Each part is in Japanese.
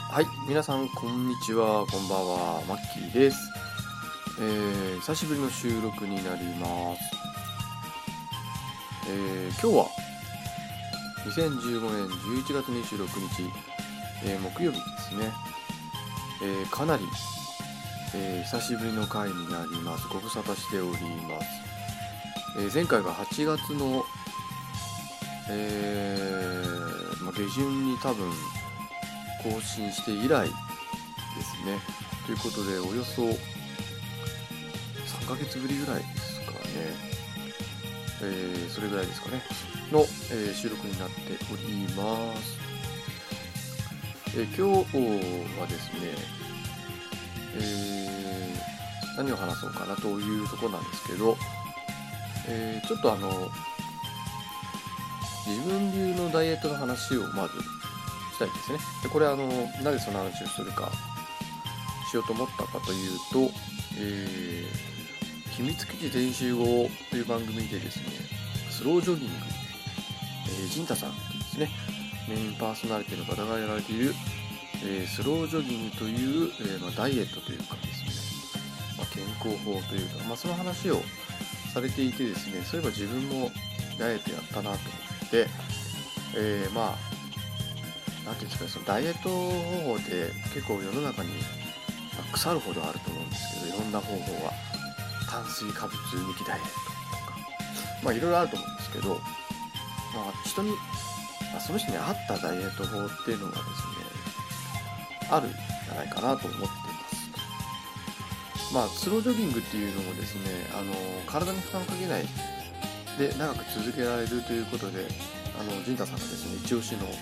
はい、皆さんこんにちは、こんばんは、マッキーです。久しぶりの収録になります。今日は2015年11月26日、木曜日ですね。かなり、久しぶりの回になります。ご無沙汰しております。前回が8月の、下旬に多分更新して以来ですね。ということでおよそ3ヶ月ぶりぐらいですかね、それぐらいですかねの、収録になっております。今日はですね、何を話そうかなというところなんですけど、ちょっと自分流のダイエットの話をまずしたいですね。でこれなぜその話をしようと思ったかというと、秘密基地全集合という番組でですね、スロージョギング、陣太さんですね、メインパーソナリティの方がやられている、スロージョギングという、ダイエットというかですね、健康法というか、その話をされていてですね、そういえば自分もダイエットやったなと思って、なんていうんですかね、そのダイエット方法って結構世の中に腐るほどあると思うんですけど、いろんな方法は炭水化物抜きダイエットとかいろいろあると思うんですけど、人に、その人に合ったダイエット法っていうのがですねあるんじゃないかなと思っています。スロージョギングっていうのもですね、体に負担をかけないで長く続けられるということで、陣太さんがですね一押しの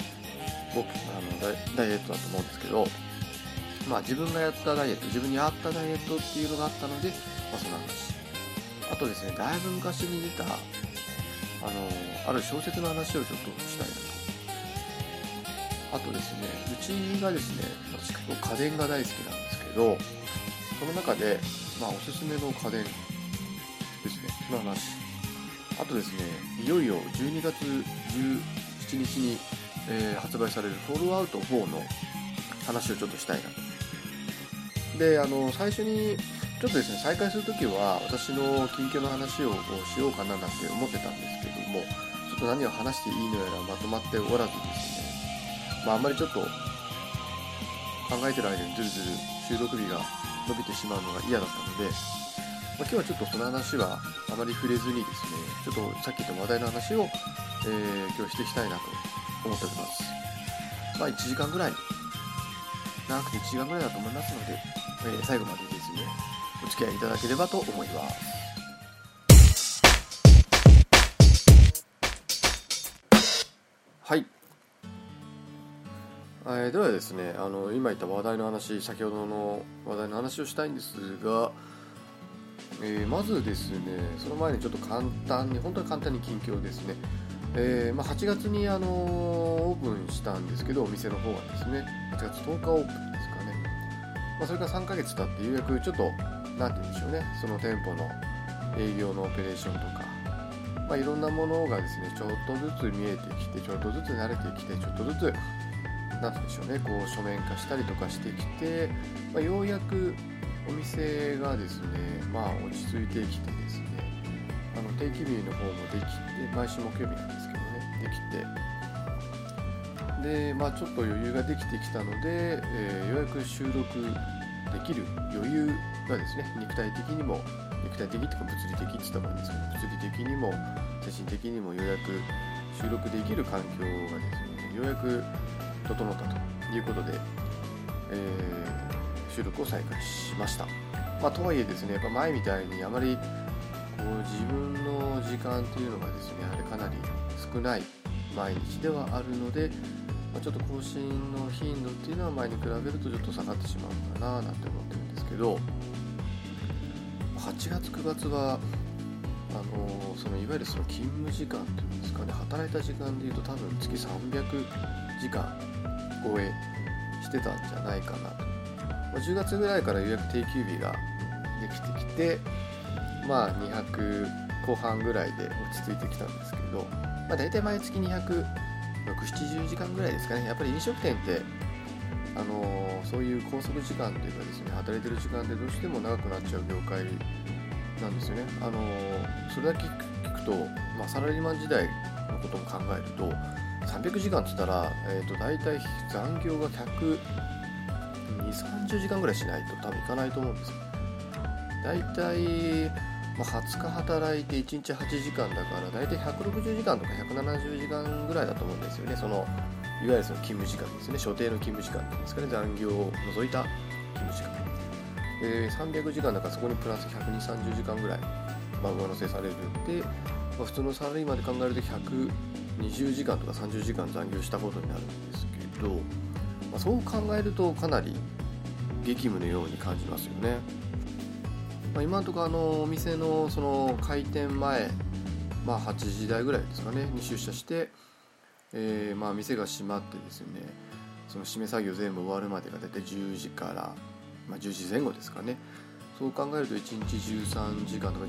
ダイエットだと思うんですけど、自分がやったダイエット、自分に合ったダイエットっていうのがあったので、その話。あとですね、だいぶ昔に出たある小説の話をちょっとしたいなと。あとですね、うちがですね、私結構家電が大好きなんですけど、その中で、おすすめの家電ですねの話。あとですね、いよいよ12月17日に、発売されるフォールアウト4の話をちょっとしたいなと。で、最初にちょっとですね、再開するときは私の近況の話をしようかななんて思ってたんですけども、ちょっと何を話していいのやらまとまっておらずですね、あんまりちょっと考えてる間にずるずる収録日が伸びてしまうのが嫌だったので、今日はちょっとその話はあまり触れずにですね、ちょっとさっき言った話題の話を、今日していきたいなと思っております。1時間ぐらい、長くて1時間ぐらいだと思いますので、最後までですねお付き合いいただければと思います。はい、ではですね、今言った話題の話、先ほどの話題の話をしたいんですが、まずですね、その前にちょっと本当に簡単に近況ですね。8月にオープンしたんですけど、お店の方はですね、8月10日オープンですかね。それから3ヶ月経ってようやくちょっと、なんて言うんでしょうね、その店舗の営業のオペレーションとか、いろんなものがですね、ちょっとずつ見えてきて、ちょっとずつ慣れてきて、ちょっとずつ、なんて言うんでしょうね、こう書面化したりとかしてきて、ようやくお店がですね、落ち着いてきてですね、定期日の方もできて、毎週木曜日なんですけどね、できて、で、ちょっと余裕ができてきたので、ようやく収録できる余裕がですね、肉体的にも、肉体的っていうか物理的って言った方がいいんですけど、物理的にも精神的にもようやく収録できる環境がですね、ようやく整ったということで、収録を再開しました。とはいえですね、やっぱ前みたいにあまりこう自分の時間というのがですね、やはりかなり少ない毎日ではあるので、ちょっと更新の頻度っていうのは前に比べるとちょっと下がってしまうかななんて思ってるんですけど、8月9月はそのいわゆるその勤務時間というんですかね、働いた時間でいうと多分月300時間超えしてたんじゃないかなと。10月ぐらいからようやく定休日ができてきて、200後半ぐらいで落ち着いてきたんですけど、だいたい毎月260、70時間ぐらいですかね。やっぱり飲食店ってそういう拘束時間というかですね、働いてる時間でどうしても長くなっちゃう業界なんですよね。それだけ聞くと、サラリーマン時代のことも考えると300時間って言ったら、だいたい残業が120-30時間ぐらいしないと多分いかないと思うんですよ。だいたい20日働いて1日8時間だからだいたい160時間とか170時間ぐらいだと思うんですよね。いわゆるその勤務時間ですね、所定の勤務時間ですかね、残業を除いた勤務時間で300時間だからそこにプラス120-30時間ぐらい上乗せされるんで、普通のサラリーマンで考えると120時間とか30時間残業したことになるんですけど、そう考えるとかなり激務のように感じますよね。今のところお店のその開店前、8時台ぐらいですかねに出社して、店が閉まってですね、その締め作業全部終わるまでが大体10時から、10時前後ですかね。そう考えると1日13時間とか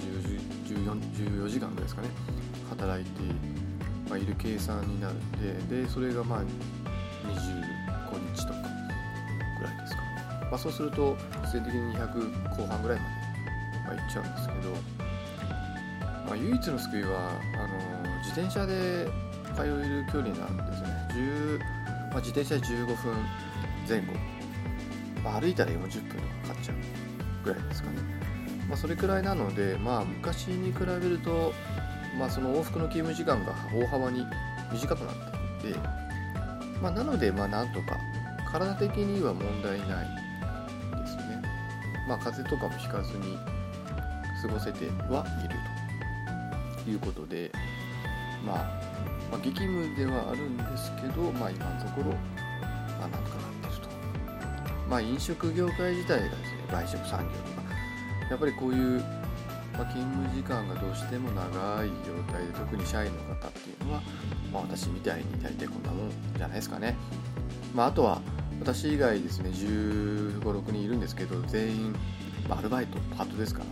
14時間ぐらいですかね働いて、いる計算になるんで、それが25日とかぐらいですかね。そうすると必然的に200後半ぐらいまで行っちゃうんですけど、唯一の救いは自転車で通える距離なんですよね。自転車で15分前後、歩いたら40分かかっちゃうぐらいですかね。それくらいなので、昔に比べると、その往復の勤務時間が大幅に短くなったので、なのでなんとか体的には問題ないですね。風邪とかもひかずに過ごせてはいるということで、激務ではあるんですけど、今のところなんとかなっていると。飲食業界自体がですね、外食産業とかやっぱりこういう、勤務時間がどうしても長い状態で、特に社員の方っていうのは、私みたいに大体こんなもんじゃないですかね。あとは私以外ですね、15、6人いるんですけど、全員、アルバイト、パートですから、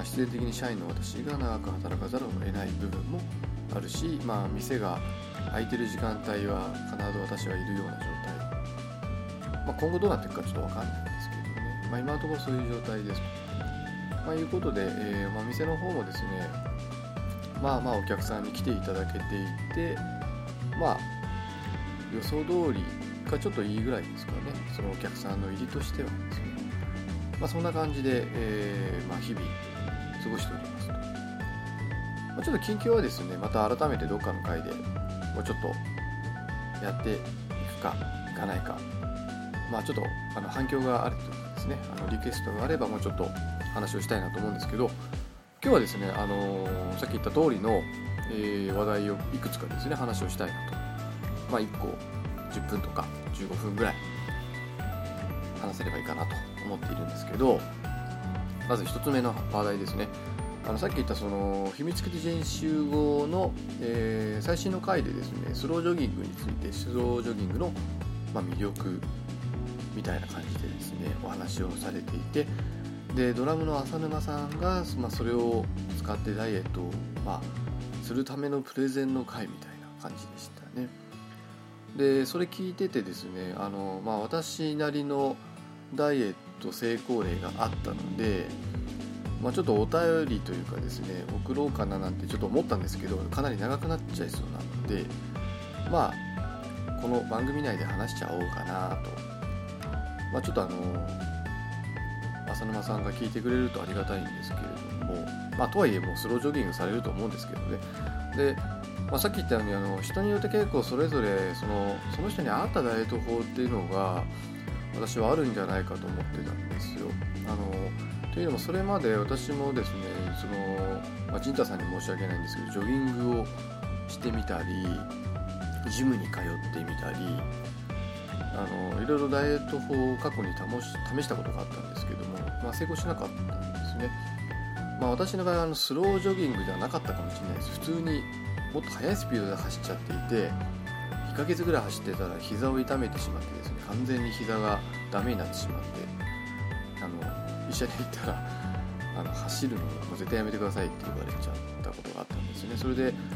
必然的に社員の私が長く働かざるを得ない部分もあるし、店が空いてる時間帯は必ず私はいるような状態、今後どうなっていくかちょっと分かんないんですけどね、今のところそういう状態ですと、いうことで、店の方もですね、お客さんに来ていただけていて、予想通りかちょっといいぐらいですからね、そのお客さんの入りとしてはですね、そんな感じで、日々過ごしておりますと。ちょっと近況はですね、また改めてどっかの回でもうちょっとやっていくかいかないか、ちょっと反響があるというかですね、リクエストがあればもうちょっと話をしたいなと思うんですけど、今日はですね、さっき言った通りの、話題をいくつかですね話をしたいなと。1個10分とか15分ぐらい話せればいいかなと思っているんですけど、まず1つ目の話題ですね。さっき言ったその秘密基地全集合の、最新の回でですね、スロージョギングについて、スロージョギングの、魅力みたいな感じでですねお話をされていて、でドラムの浅沼さんが、それを使ってダイエットを、するためのプレゼンの回みたいな感じでしたね。でそれ聞いててですね、私なりのダイエット成功例があったので、ちょっとお便りというかですね送ろうかななんてちょっと思ったんですけど、かなり長くなっちゃいそうなので、この番組内で話しちゃおうかなと。ちょっと浅沼さんが聞いてくれるとありがたいんですけれども、とはいえもうスロージョギングされると思うんですけどね。で、さっき言ったように人によって結構それぞれその人に合ったダイエット法っていうのが私はあるんじゃないかと思ってたんですよ。というのもそれまで私もですね、陣太さんに申し訳ないんですけど、ジョギングをしてみたりジムに通ってみたり、いろいろダイエット法を過去に試したことがあったんですけども、成功しなかったんですね。私の場合はスロージョギングではなかったかもしれないです。普通にもっと速いスピードで走っちゃっていて、2ヶ月ぐらい走ってたら膝を痛めてしまってですね、完全に膝がダメになってしまって、医者に行ったら走るのを絶対やめてくださいって言われちゃったことがあったんですね。それで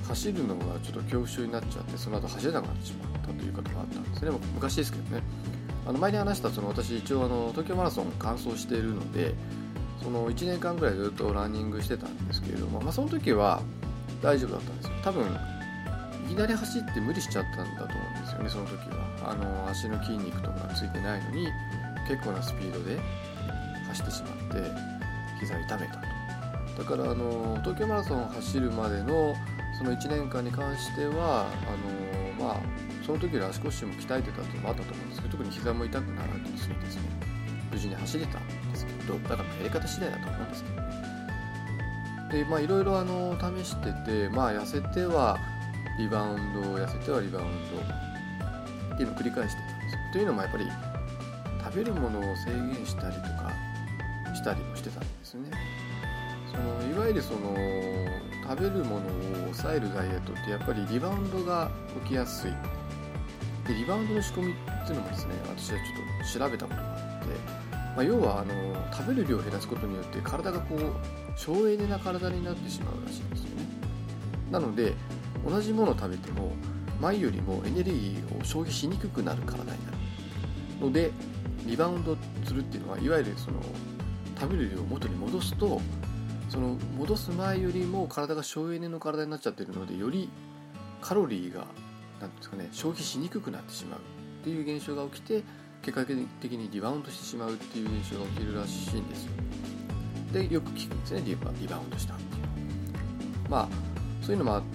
走るのがちょっと恐怖症になっちゃって、その後走れなくなってしまったということがあったんですね。昔ですけどね。前に話した私一応東京マラソン完走しているので、その1年間ぐらいずっとランニングしてたんですけれども、その時は大丈夫だったんですよ。多分いきなり走って無理しちゃったんだと思うんですよね。その時は足の筋肉とかついてないのに結構なスピードで走ってしまって膝を痛めたと。だから東京マラソンを走るまでのその1年間に関してはその時より足腰も鍛えてたっていうのもあったと思うんですけど、特に膝も痛くならずにですね、無事に走れたんですけど、だからやり方次第だと思うんですけどね。でいろいろ試してて、痩せてはリバウンド、痩せてはリバウンドっていうのを繰り返してたんですよ。というのもやっぱり食べるものを制限したりとかしたりもしてたんですね。いわゆる食べるものを抑えるダイエットってやっぱりリバウンドが起きやすい。でリバウンドの仕組みっていうのもですね、私はちょっと調べたことがあって、要は食べる量を減らすことによって体が省エネな体になってしまうらしいんですよね。なので同じものを食べても前よりもエネルギーを消費しにくくなる体になるので、リバウンドするっていうのはいわゆる食べる量を元に戻すと、戻す前よりも体が省エネの体になっちゃってるので、よりカロリーが消費しにくくなってしまうっていう現象が起きて、結果的にリバウンドしてしまうっていう現象が起きるらしいんですよ。でよく聞くんですね、リバウンドしたっていうの。そういうのもあって、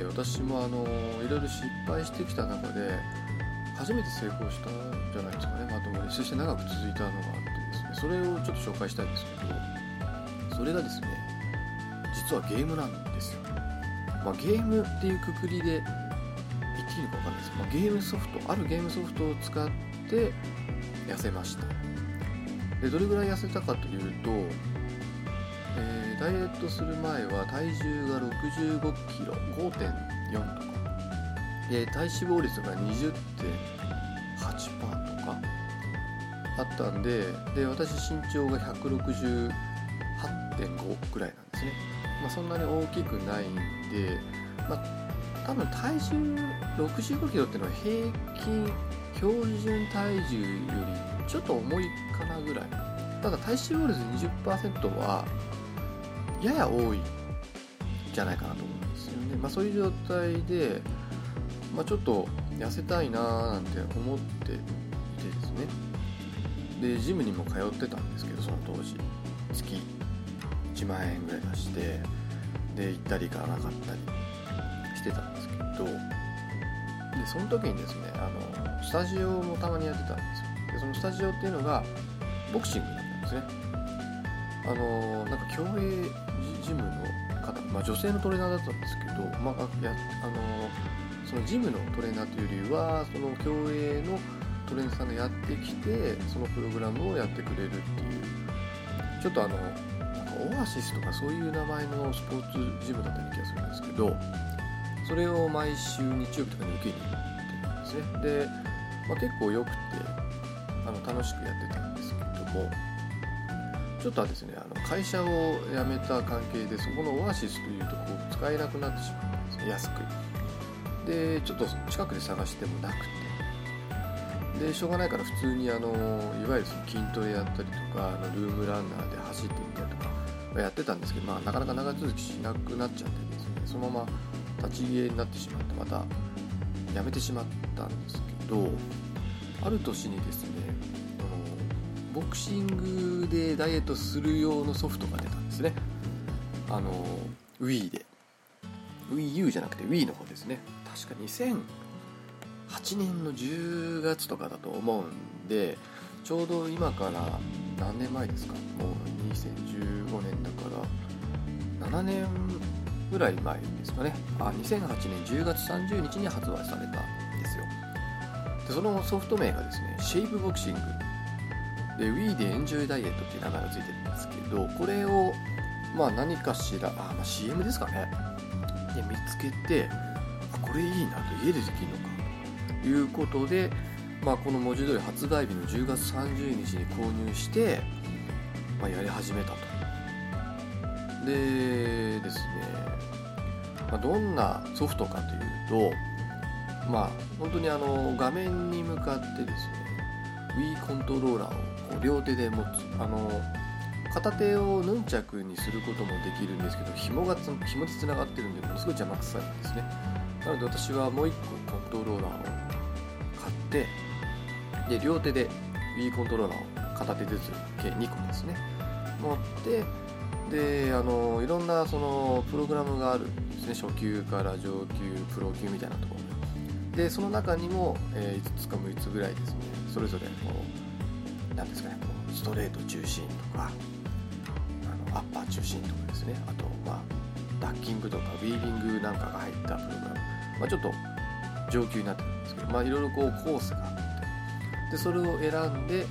私もいろいろ失敗してきた中で初めて成功したんじゃないですかね。まともにそして長く続いたのがあってですね、それをちょっと紹介したいんですけど、それがですね、実はゲームなんですよ。ゲームっていうくくりで言っていいのか分かんないですけど、あるゲームソフトを使って痩せました。でどれぐらい痩せたかというと、ダイエットする前は体重が65キロ 5.4 とかで、体脂肪率が 20.8% とかあったんで、私身長が168.5ぐらいなんですね。そんなに大きくないんで、多分体重65キロっていうのは平均標準体重よりちょっと重いかなぐらい。ただ体脂肪率 20% はやや多いじゃないかなと思うんですよね。そういう状態で、ちょっと痩せたいなーなんて思っていてですね。でジムにも通ってたんですけど、その当時月1万円ぐらい出して、で行ったり行かなかったりしてたんですけど、でその時にですね、スタジオもたまにやってたんですよ。でそのスタジオっていうのがボクシングだったんですね。競泳ジムの方、女性のトレーナーだったんですけど、そのジムのトレーナーというよりはその競泳のトレーナーさんがやってきて、そのプログラムをやってくれるっていう、ちょっとオアシスとかそういう名前のスポーツジムだったような気がするんですけど、それを毎週日曜日とかに受けに行ってたんですね。で、結構良くて楽しくやってたんですけども、ちょっとはですね、会社を辞めた関係でそこのオアシスというところを使えなくなってしまったんですね、安く。でちょっと近くで探してもなくて、でしょうがないから普通にいわゆる筋トレやったりとかルームランナーで走ってみたりとかやってたんですけど、なかなか長続きしなくなっちゃってですね、そのまま立ち消えになってしまって、また辞めてしまったんですけど、ある年にですね、ボクシングでダイエットする用のソフトが出たんですね。Wii で Wii U じゃなくて Wii の方ですね。確か2008年の10月とかだと思うんで、ちょうど今から何年前ですか、もう2015年だから7年ぐらい前ですかね。2008年10月30日に発売されたんですよ。でそのソフト名がですね、シェイプボクシングで Wii でエンジョイダイエットっていう名前がついてるんですけど、これを何かしらCM ですかねで見つけて、これいいなと、家でできるのかということで、この文字通り発売日の10月30日に購入して、やり始めたと。でですね、 どんなソフトかというと、本当に画面に向かってですね Wii コントローラーをこう両手で持つ、片手をヌンチャクにすることもできるんですけど、紐でつながってるんでものすごい邪魔くさいんですね。なので私はもう1個コントローラーを買って、で両手で Wii コントローラーを片手ずつ計2個ですね持って、でいろんなそのプログラムがあるんですね。初級から上級、プロ級みたいなところで、その中にも、5つか6つぐらいですね、それぞれこうなんですかね、こうストレート中心とかアッパー中心とかですね、あとダッキングとかウィービングなんかが入ったプログラム、ちょっと上級になってるんですけど、いろいろこうコースがあって、でそれを選んで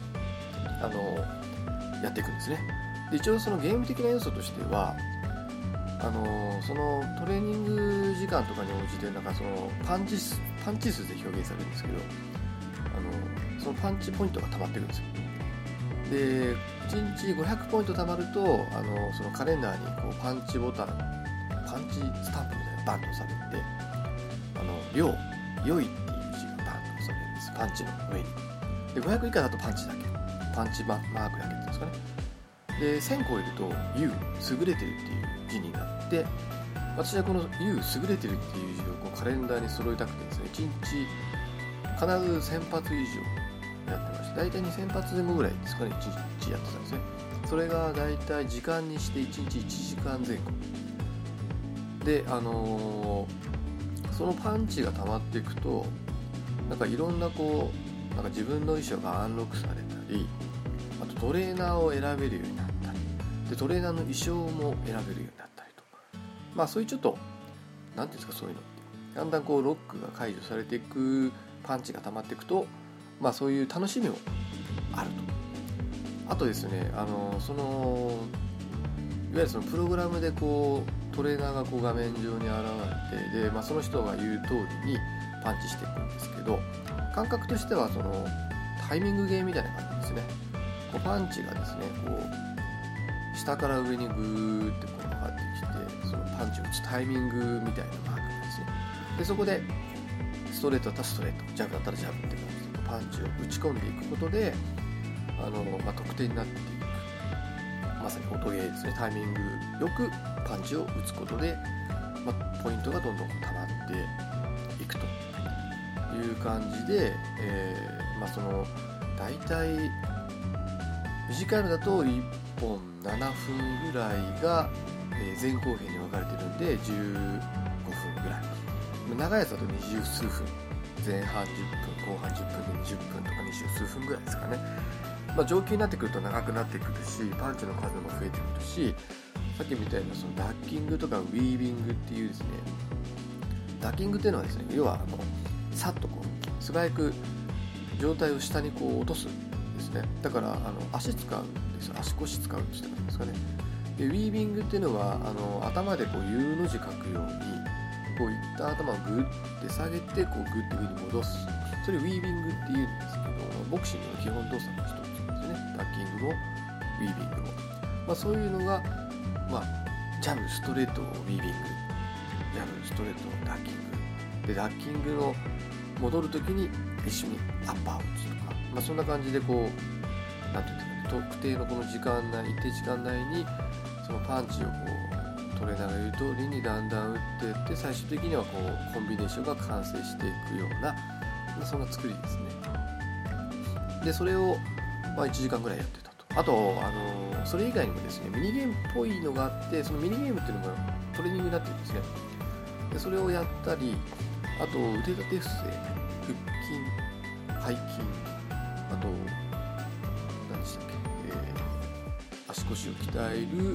やっていくんですね。で一応そのゲーム的な要素としてはそのトレーニング時間とかに応じてそのパンチ数で表現されるんですけど、そのパンチポイントが溜まっていくんですよ。で1日500ポイント溜まるとそのカレンダーにこうパンチボタン、パンチスタンプみたいなバンと押されて、良いっていう字がバンと押されるんです、パンチの上に。で500以下だとパンチだけ、パンチマークだけっていうんですかね。で1000超えると優れてるっていう字になって、私はこの優れてるっていう字をこうカレンダーに揃えたくてですね、1日必ず1000発以上やってました。大体2000発前後ぐらいですかね、1日やってたんですね。それが大体時間にして1日1時間前後で、そのパンチが溜まっていくといろんなこう自分の衣装がアンロックされたり、あとトレーナーを選べるようになったりで、トレーナーの衣装も選べるようになったりと、そういうちょっとなんていうんですか、そういうのってだんだんこうロックが解除されていく、パンチが溜まっていくと、そういう楽しみもあると。あとですね、そのいわゆるそのプログラムでこうトレーナーがこう画面上に現れて、で、その人が言う通りにパンチしていくんですけど、感覚としてはそのタイミングゲームみたいな感じですね。こうパンチがですね、こう下から上にグーってこう上がってきて、そのパンチを打つタイミングみたいなマークがですね、でそこでストレートだったらストレート、ジャブだったらジャブって感じでパンチを打ち込んでいくことで得点になっていく、まさに音ゲーですね。タイミングよくパンチを打つことで、ポイントがどんどん溜まっていくという感じで、その大体短いのだと1本7分ぐらいが前後編に分かれてるんで15分ぐらい、長いやつだと20数分、前半10分後半10分で20分とか20数分ぐらいですかね。上級になってくると長くなってくるし、パンチの数も増えてくるし、さっきみたいなそのダッキングとかウィービングっていうですね、ダッキングっていうのはですね、要はさっとこう素早く状態を下にこう落とすんですね。だから足使うんですよ、足腰使うって言ってたんですかね。でウィービングっていうのは頭でこう U の字書くようにこういった頭をグッて下げてこうグッて上に戻す、それをウィービングっていうんですけど、ボクシングの基本動作の一つですね。ダッキングもウィービングも、そういうのが、ジャブストレートウィービング、ジャブストレートダッキングで、ダッキングの戻るときに一緒にアッパーを打つとか、そんな感じでこうなんていうんですかね、特定のこの時間内、一定時間内にそのパンチをこうトレーナーが言う通りにだんだん打っていって、最終的にはこうコンビネーションが完成していくような、そんな作りですね。でそれを1時間ぐらいやってたと。あとそれ以外にもですね、ミニゲームっぽいのがあって、そのミニゲームっていうのがトレーニングになってるんですね。でそれをやったり、あと腕立て伏せ、腹筋、背筋、あと何でしたっけ、足腰を鍛える、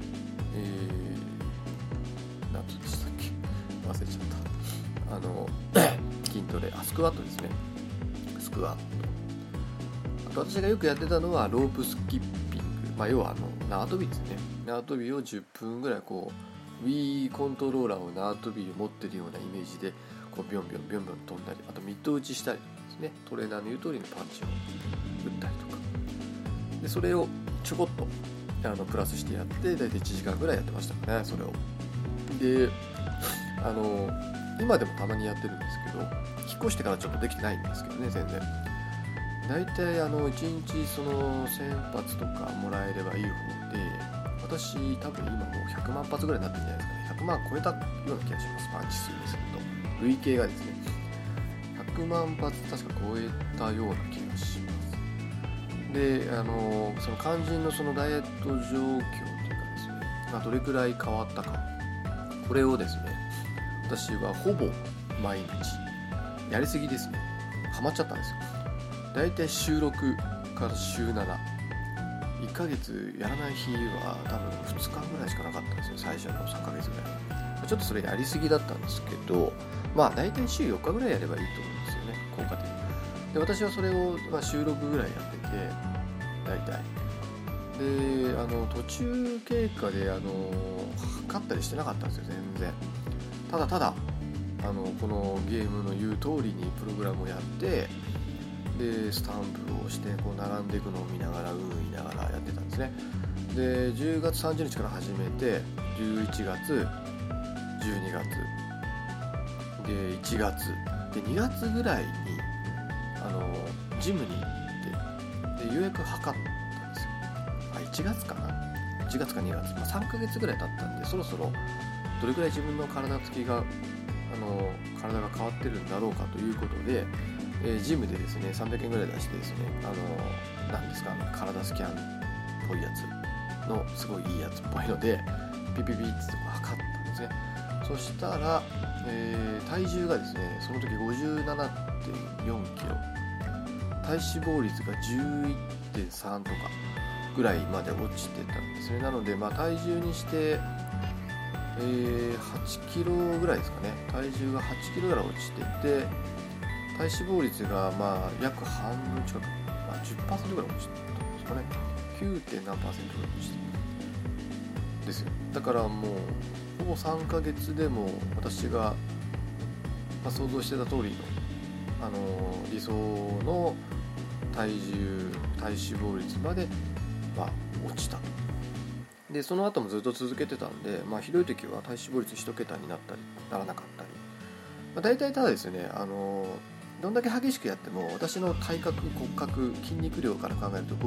何でしたっけ、忘れちゃった。筋トレ、スクワットですね。スクワット。あと私がよくやってたのはロープスキッピング、要は縄跳びですね。縄跳びを10分ぐらいこう Wii コントローラーを縄跳びを持ってるようなイメージでこうビョンビョンビョンビョン飛んだり、あとミット打ちしたりですね。トレーナーの言う通りのパンチを打ったりとかで、それをちょこっとプラスしてやって、大体1時間ぐらいやってましたね、それを。で今でもたまにやってるんですけど、引っ越してからちょっとできてないんですけどね、全然。だいたい1日その1000発とかもらえればいい方で、私多分今もう100万発ぐらいになってるんじゃないですかね。100万超えたような気がします、パンチ数にすると。累計がですね、100万発確か超えたような気がします。で、その肝心のそのダイエット状況というかですね、どれくらい変わったか、これをですね、私はほぼ毎日やりすぎですね、ハマっちゃったんですよ。だいたい週6から週7、1ヶ月やらない日は多分2日ぐらいしかなかったんですよ、最初の3ヶ月ぐらい。ちょっとそれやりすぎだったんですけど、だいたい週4日ぐらいやればいいと思うんですよね、効果的に。で、私はそれを週6ぐらいやってて、だいたいで途中経過で測ったりしてなかったんですよ、全然。ただただこのゲームの言う通りにプログラムをやって、でスタンプをしてこう並んでいくのを見ながら言いながらやってたんですね。で10月30日から始めて、11月、12月で1月で2月ぐらいにジムに行って、でようやく測ったんですよ。1月かな、1月か2月、3ヶ月ぐらい経ったんで、そろそろどれくらい自分の体つきが体が変わってるんだろうかということで、ジムでですね300円ぐらい出してですね、なんですか、体スキャンっぽいやつのすごいいいやつっぽいのでピピピッと測ったんですね。そしたら、体重がですねその時 57.4 キロ、体脂肪率が 11.3 とかぐらいまで落ちてたんですね。なので体重にして8キロぐらいですかね。体重が8キロぐらい落ちてて、体脂肪率が約半分近く、10% ぐらい落ちてたんですかね。9. 何%ぐらい落ちてたんですよ。だからもうほぼ3ヶ月でも私が、想像してた通りの、理想の体脂肪率まで、落ちたと。でその後もずっと続けてたんで、ひどい時は体脂肪率1桁になったりならなかったり、大体ただですね、どんだけ激しくやっても私の体格骨格筋肉量から考えると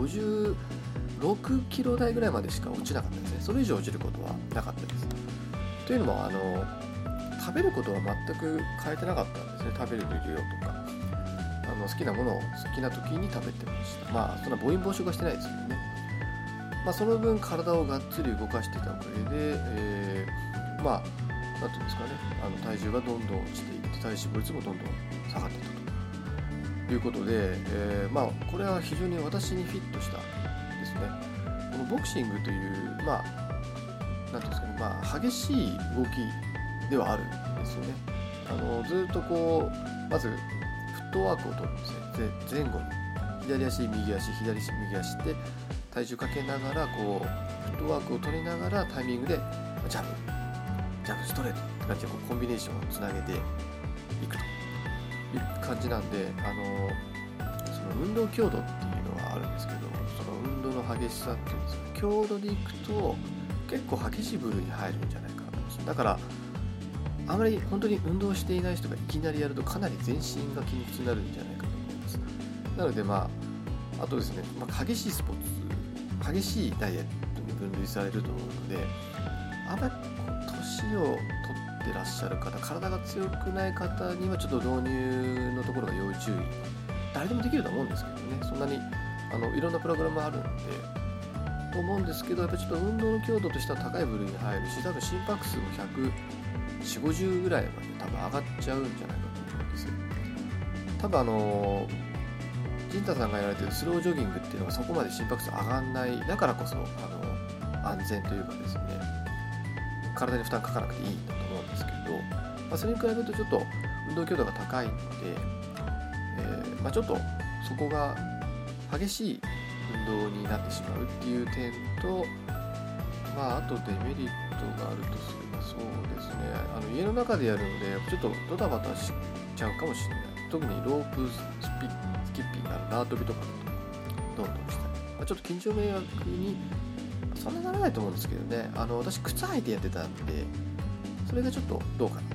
56キロ台ぐらいまでしか落ちなかったですね。それ以上落ちることはなかったです。というのも食べることは全く変えてなかったんですね。食べる量とか好きなものを好きな時に食べてました。そんな暴飲暴食はしてないですけどね。その分体をがっつり動かしてたおかげで、なんていうんですかね、体重がどんどん落ちていって体脂肪率もどんどん下がっていったということで、これは非常に私にフィットしたですね。このボクシングというなんていうんですかね、激しい動きではあるんですよね。ずっとこうまずフットワークを取るんですね。前後に左足右足左足右足って体重かけながらこうフットワークを取りながらタイミングでジャブストレートって感じでこうコンビネーションをつなげていくという感じなんで、その運動強度っていうのはあるんですけど、その運動の激しさっていうんですか、強度でいくと結構激しい部類に入るんじゃないかなと思います。だからあまり本当に運動していない人がいきなりやるとかなり全身が筋肉痛になるんじゃないかと思います。なのであとですね、激しいスポーツ、激しいダイエットに分類されると思うので、あんまり年を取ってらっしゃる方、体が強くない方にはちょっと導入のところが要注意。誰でもできると思うんですけどね、そんなにいろんなプログラムあるんでと思うんですけど、やっぱりちょっと運動の強度としては高い部類に入るし、多分心拍数も140、50ぐらいまで多分上がっちゃうんじゃないかと思うんですよ。多分陣太さんがやられてるスロージョギングっていうのがそこまで心拍数上がんない、だからこそ安全というかですね、体に負担かからなくていいんだと思うんですけど、それに比べるとちょっと運動強度が高いので、ちょっとそこが激しい運動になってしまうっていう点と、あとデメリットがあるとすればそうですね、家の中でやるのでちょっとドタバタしちゃうかもしれない。特にロープスキッピング縄跳びとかだとどんどんしたり、ちょっと近所迷惑にそんなならないと思うんですけどね。私靴履いてやってたんで、それがちょっとどうかなって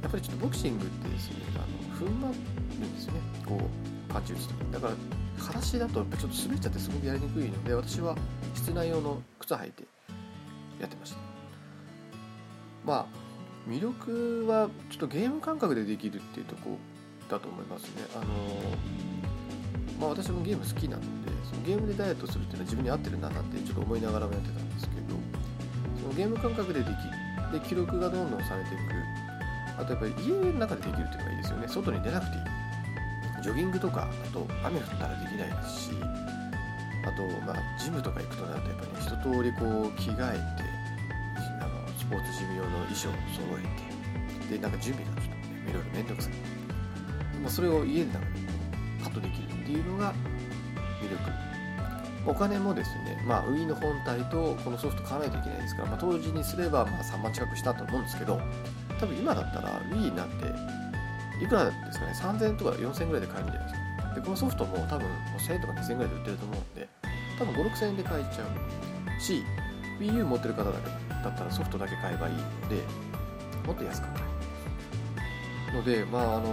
やっぱりちょっとボクシングってですね、踏ん張るんですよね、こうパンチ打つと。だから裸足だとやっぱちょっと滑っちゃってすごくやりにくいので、私は室内用の靴履いてやってました。まあ魅力はちょっとゲーム感覚でできるっていうところだと思いますね。私もゲーム好きなので、そのゲームでダイエットするっていうのは自分に合ってるななんてちょっと思いながらもやってたんですけど、そのゲーム感覚でできる、で記録がどんどんされていく、あとやっぱり家の中でできるっていうのがいいですよね。外に出なくていい。ジョギングとかだと雨降ったらできないですし、あとジムとか行くとなるとやっぱり、一通りこう着替えて、スポーツジム用の衣装を揃えて、でなんか準備がちょっとね、いろいろめんどくさい。それを家でカットできるっていうのが魅力。お金もですね、Wii の本体とこのソフト買わないといけないですから、当時にすれば3万近くしたと思うんですけど、多分今だったら Wii なんていくらですかね、3000円とか4000円ぐらいで買えるんじゃないですか。でこのソフトも多分1000円とか2000円ぐらいで売ってると思うんで、多分5、6000円で買えちゃうし、 Wii U 持ってる方だったらソフトだけ買えばいいので、もっと安く買えるので、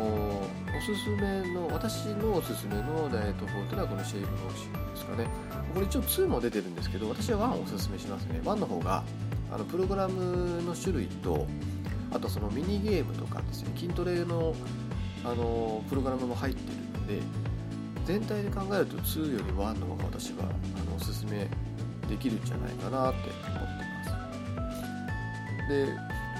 私のおすすめのダイエット法というのはこのシェイプボクシングですかね。これ一応2も出てるんですけど、私は1をおすすめしますね。1の方がプログラムの種類と、あとそのミニゲームとかですね、筋トレのプログラムも入っているので、全体で考えると2より1の方が私はおすすめできるんじゃないかなって思ってます。で、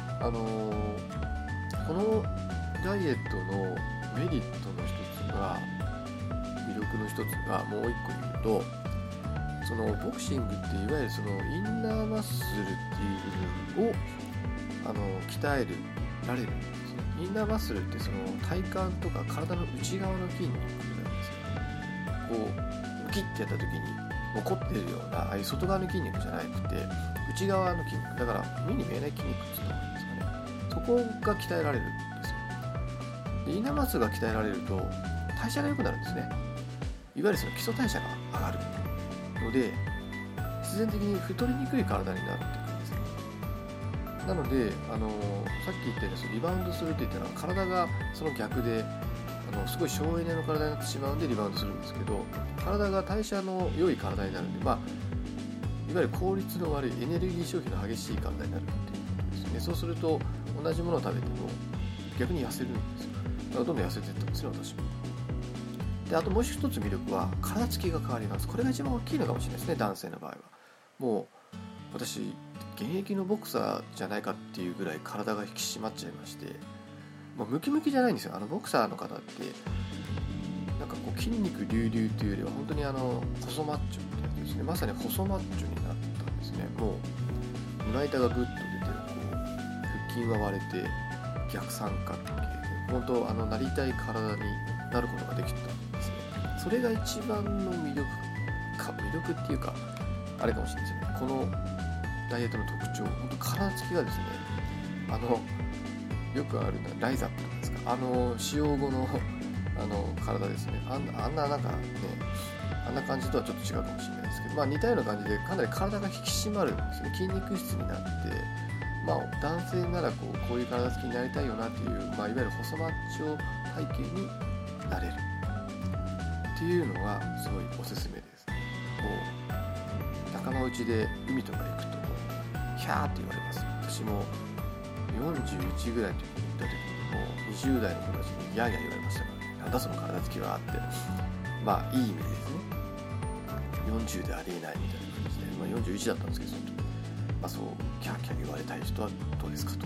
このダイエットのメリットの一つが、魅力の一つがもう一個言うと、そのボクシングっていわゆるそのインナーマッスルっていう部分を鍛えられるんですね。インナーマッスルってその体幹とか体の内側の筋肉なんですよ。こうムキッてやった時に残っているようなああいう外側の筋肉じゃなくて、内側の筋肉だから目に見えない筋肉って言った方がいいですかね。そこが鍛えられるんですよ。でインナーマッスルが鍛えられると代謝が良くなるんですね。いわゆるその基礎代謝が上がるので、必然的に太りにくい体になっていくんですね。なのでさっき言ったようにリバウンドするって言ったのは、体がその逆ですごい省エネの体になってしまうんでリバウンドするんですけど、体が代謝の良い体になるんで、いわゆる効率の悪いエネルギー消費の激しい体になるっていうことですね。そうすると同じものを食べても逆に痩せるんですよ。だからどんどん痩せていったんですね、私も。であともう一つ魅力は体つきが変わります。これが一番大きいのかもしれないですね、男性の場合は。もう私現役のボクサーじゃないかっていうぐらい体が引き締まっちゃいまして、ムキムキじゃないんですよ。ボクサーの方ってなんかこう筋肉隆々というよりは本当に細マッチョってやつですね。まさに細マッチョになったんですね。もう胸板がグッと出て、腹筋は割れて逆三角形で本当なりたい体になることができたんですね。それが一番の魅力っていうかあれかもしれないですね。このダイエットの特徴、本当体つきがですね、よくあるのはライザップとかですか、使用後の体ですね。あんななんかね、あんな感じとはちょっと違うかもしれないですけど、似たような感じでかなり体が引き締まるんですね。筋肉質になって、男性ならこういう体つきになりたいよなっていう、いわゆる細マッチョ体型になれるっていうのがすごいおすすめです。もう仲間内で海とか行くとキャーって言われます。私も41ぐらいの時に行った時にもう20代の子たちにギャーギャー言われましたからね。なんだその体つきはって、いい意味でですね、40でありえないみたいな感じで、41だったんですけど、その時そうキャーキャー言われたい人はどうですかと。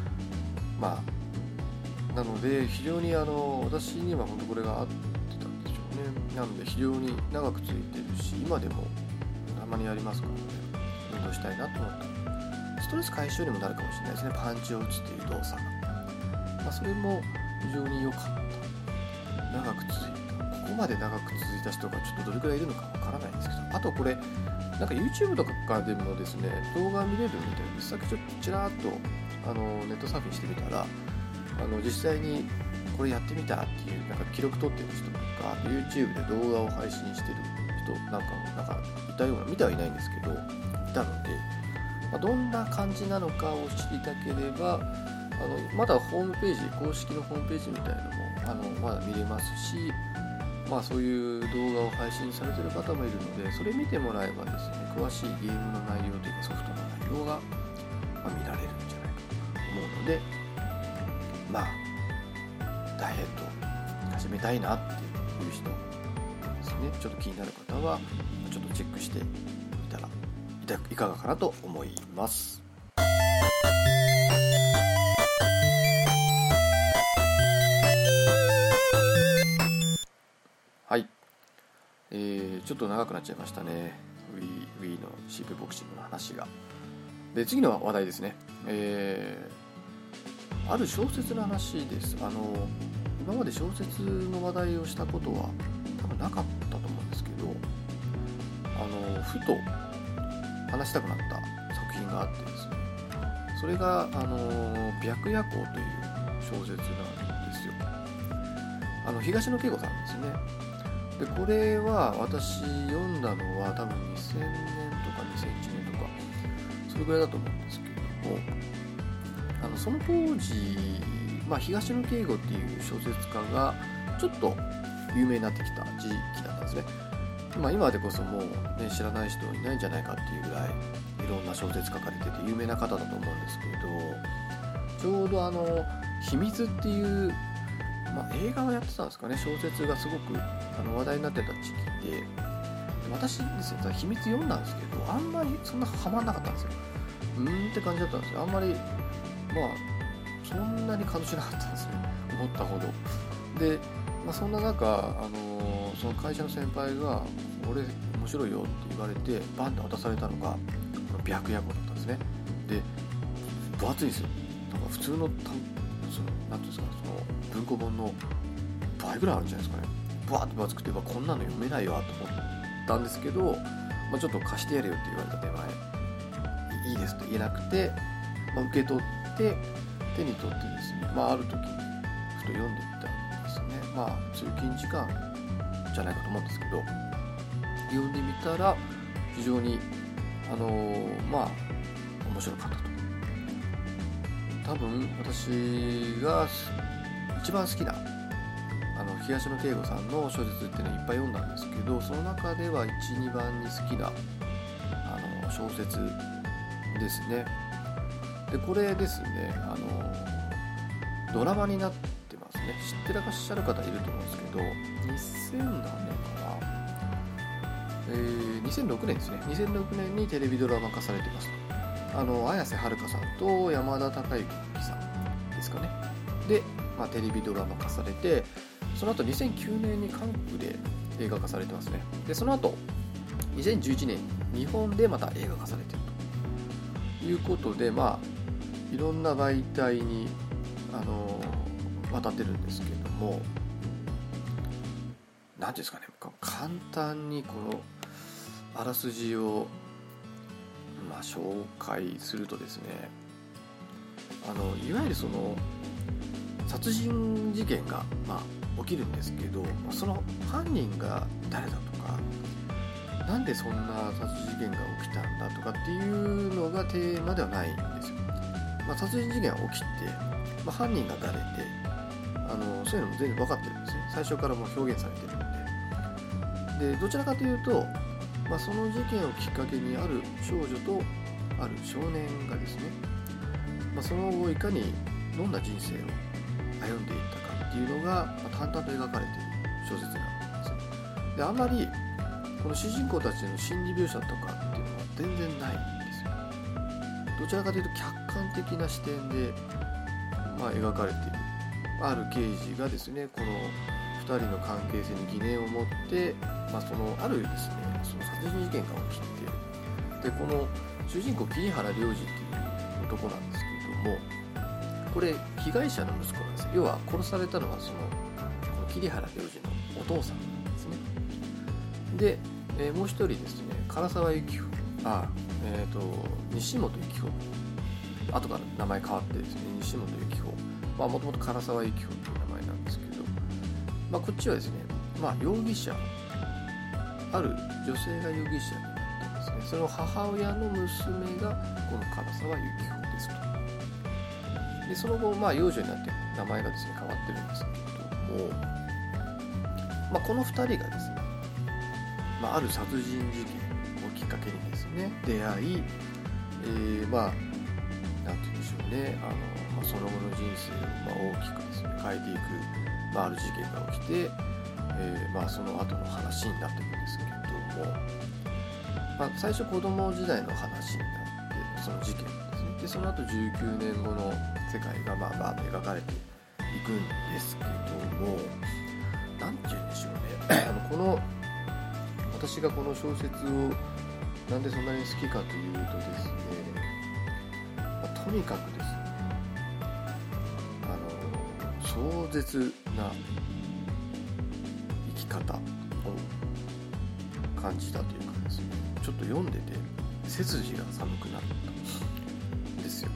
なので非常に私には本当これが合ってたんでしょうね。なので非常に長くついてるし、今でもたまにやりますからね、運動したいなと思った。ストレス解消にもなるかもしれないですね。パンチを打つという動作が、それも非常に良かった。長く続いた。ここまで長く続いた人がちょっとどれくらいいるのかわからないんですけど、あとこれなんか YouTube とかでもですね、動画見れるみたいです。さっきちょっとちらーっとネットサーフィンしてみたら、実際にこれやってみたっていうなんか記録取ってる人とか、YouTube で動画を配信してる人なんかいたような、見てはいないんですけどいたので、どんな感じなのかを知りたければまだホームページ、公式のホームページみたいなのもまだ見れますし、そういう動画を配信されている方もいるので、それ見てもらえばですね、詳しいゲームの内容というかソフトの内容が見られるんじゃないかと思うので、ダイエット始めたいなっていう人ですね、ちょっと気になる方はちょっとチェックしてみたらいかがかなと思います。はい、ちょっと長くなっちゃいましたね。Wii のシープボクシングの話が。で、次の話題ですね。ある小説の話です。今まで小説の話題をしたことは多分なかったと思うんですけど、ふと話したくなった作品があってですね、それが白夜行という小説なんですよ。東野圭吾さんですね。で、これは私読んだのは多分2000年とか2001年とかそれぐらいだと思うんですけども、その当時、東野圭吾っていう小説家がちょっと有名になってきた時期だったんですね。今でこそもう、ね、知らない人いないんじゃないかっていうぐらいいろんな小説書かれてて有名な方だと思うんですけど、ちょうど秘密っていう、映画をやってたんですかね。小説がすごく話題になってた時期で、私ですね、秘密読んだんですけど、あんまりそんなハマんなかったんですよ。って感じだったんですよ。あんまりそんなに感動しなかったんですね、思ったほどで。そんな中、その会社の先輩が俺面白いよって言われてバンって渡されたのがこの白夜行だったんですね。で、分厚いんですよ。だから普通のなんていうんですか、その文庫本の倍ぐらいあるんじゃないですかね。バーって分厚くて、こんなの読めないわと思ったんですけど、ちょっと貸してやれよって言われた手前いいですと言えなくて、受け取って手に取ってですね、ある時にふと読んでみたんですね。通勤時間じゃないかと思うんですけど、読んでみたら非常に面白かったと。多分私が一番好きな東野圭吾さんの小説っていうのをいっぱい読んだんですけど、その中では 1,2 番に好きな小説ですね。で、これですね、ドラマになってますね。知ってらっしゃる方いると思うんですけど、2000何年かな、2006年ですね。2006年にテレビドラマ化されてますと。綾瀬はるかさんと山田孝之さんですかね。で、テレビドラマ化されて、その後2009年に韓国で映画化されてますね。で、その後2011年日本でまた映画化されているということで、いろんな媒体に渡ってるんですけども、何ていうんですかね、簡単にこのあらすじを紹介するとですね、いわゆるその殺人事件が起きるんですけど、その犯人が誰だとか、なんでそんな殺人事件が起きたんだとかっていうのがテーマではないんですよ。殺人事件が起きて、犯人が誰で、そういうのも全然分かってるんですね。最初からもう表現されてるんで。で、どちらかというと、その事件をきっかけにある少女とある少年がですね、その後いかにどんな人生を歩んでいったかっていうのが、淡々と描かれている小説なんですよ。で、あんまりこの主人公たちの心理描写とかっていうのは全然ないんですよ。どちらかというと客観的な視点で、描かれている。ある刑事がですね、この2人の関係性に疑念を持って、そのあるですね、その殺人事件が起きて、で、この主人公桐原亮司っていう男なんですけれども、これ被害者の息子なんです。要は殺されたのはこの桐原亮司のお父さんなんですね。で、もう一人ですね、唐沢幸穂、西本幸穂、後から名前変わってですね、西本幸穂、もともと唐沢幸穂という名前なんですけど、こっちはですね、容疑者、ある女性が容疑者になったんですね。その母親の娘がこの唐沢幸穂ですと。 でその後、幼女になって名前がですね変わってるんですけども、この2人がですね、ある殺人事件をきっかけにですね出会い、なんて言うんでしょうね、その後の人生を大きくですね変えていく、ある事件が起きて、その後の話になっていくんですけれども、最初子供時代の話になってその事件ですね。でその後19年後の世界が描かれていくんですけども、なんて言うんでしょうね私がこの小説をなんでそんなに好きかというとですね、とにかくですね壮絶な生き方を感じたというかですね、ちょっと読んでて背筋が寒くなったんですよ。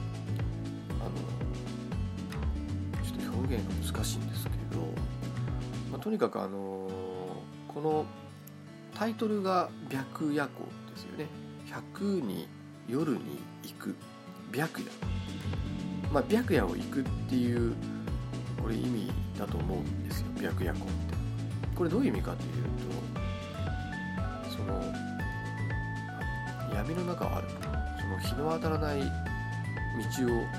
ちょっと表現が難しいんですけど、とにかくこのタイトルが白夜行ですよね。100に夜に行く白夜、白夜を行くっていうこれ意味だと思うんですよ。白夜行ってこれどういう意味かというと、その闇の中を歩く、その日の当たらない道を歩む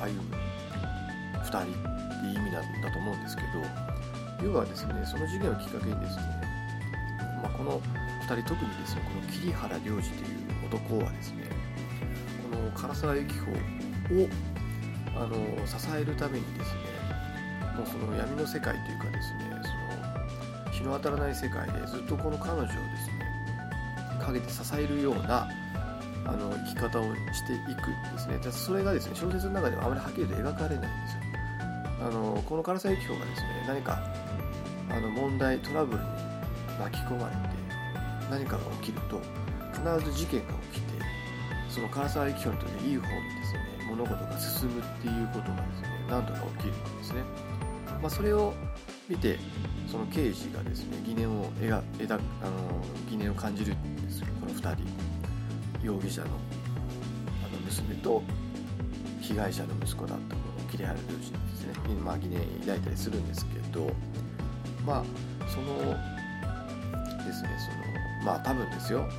2人っていう意味なんだと思うんですけど、要はですねその事件をきっかけにですね、この2人特にですねこの桐原亮司という男はですね、この唐沢幸穂を支えるためにですね、もうその闇の世界というかですね、その日の当たらない世界でずっとこの彼女をですね陰で支えるような生き方をしていくんですね。それがですね小説の中ではあまりはっきりと描かれないんですよ。この唐沢幸穂がですね何か問題トラブルに巻き込まれて何かが起きると必ず事件が起きて、その唐沢幸穂にとっていい方にですね物事が進むっていうことがですね何度か起きるんですね。それを見てその刑事がですね疑念を感じるんですよ。この2人容疑者の娘と被害者の息子だったこの桐原亮司にですね、疑念を抱いたりするんですけど、そのですね多分ですよ、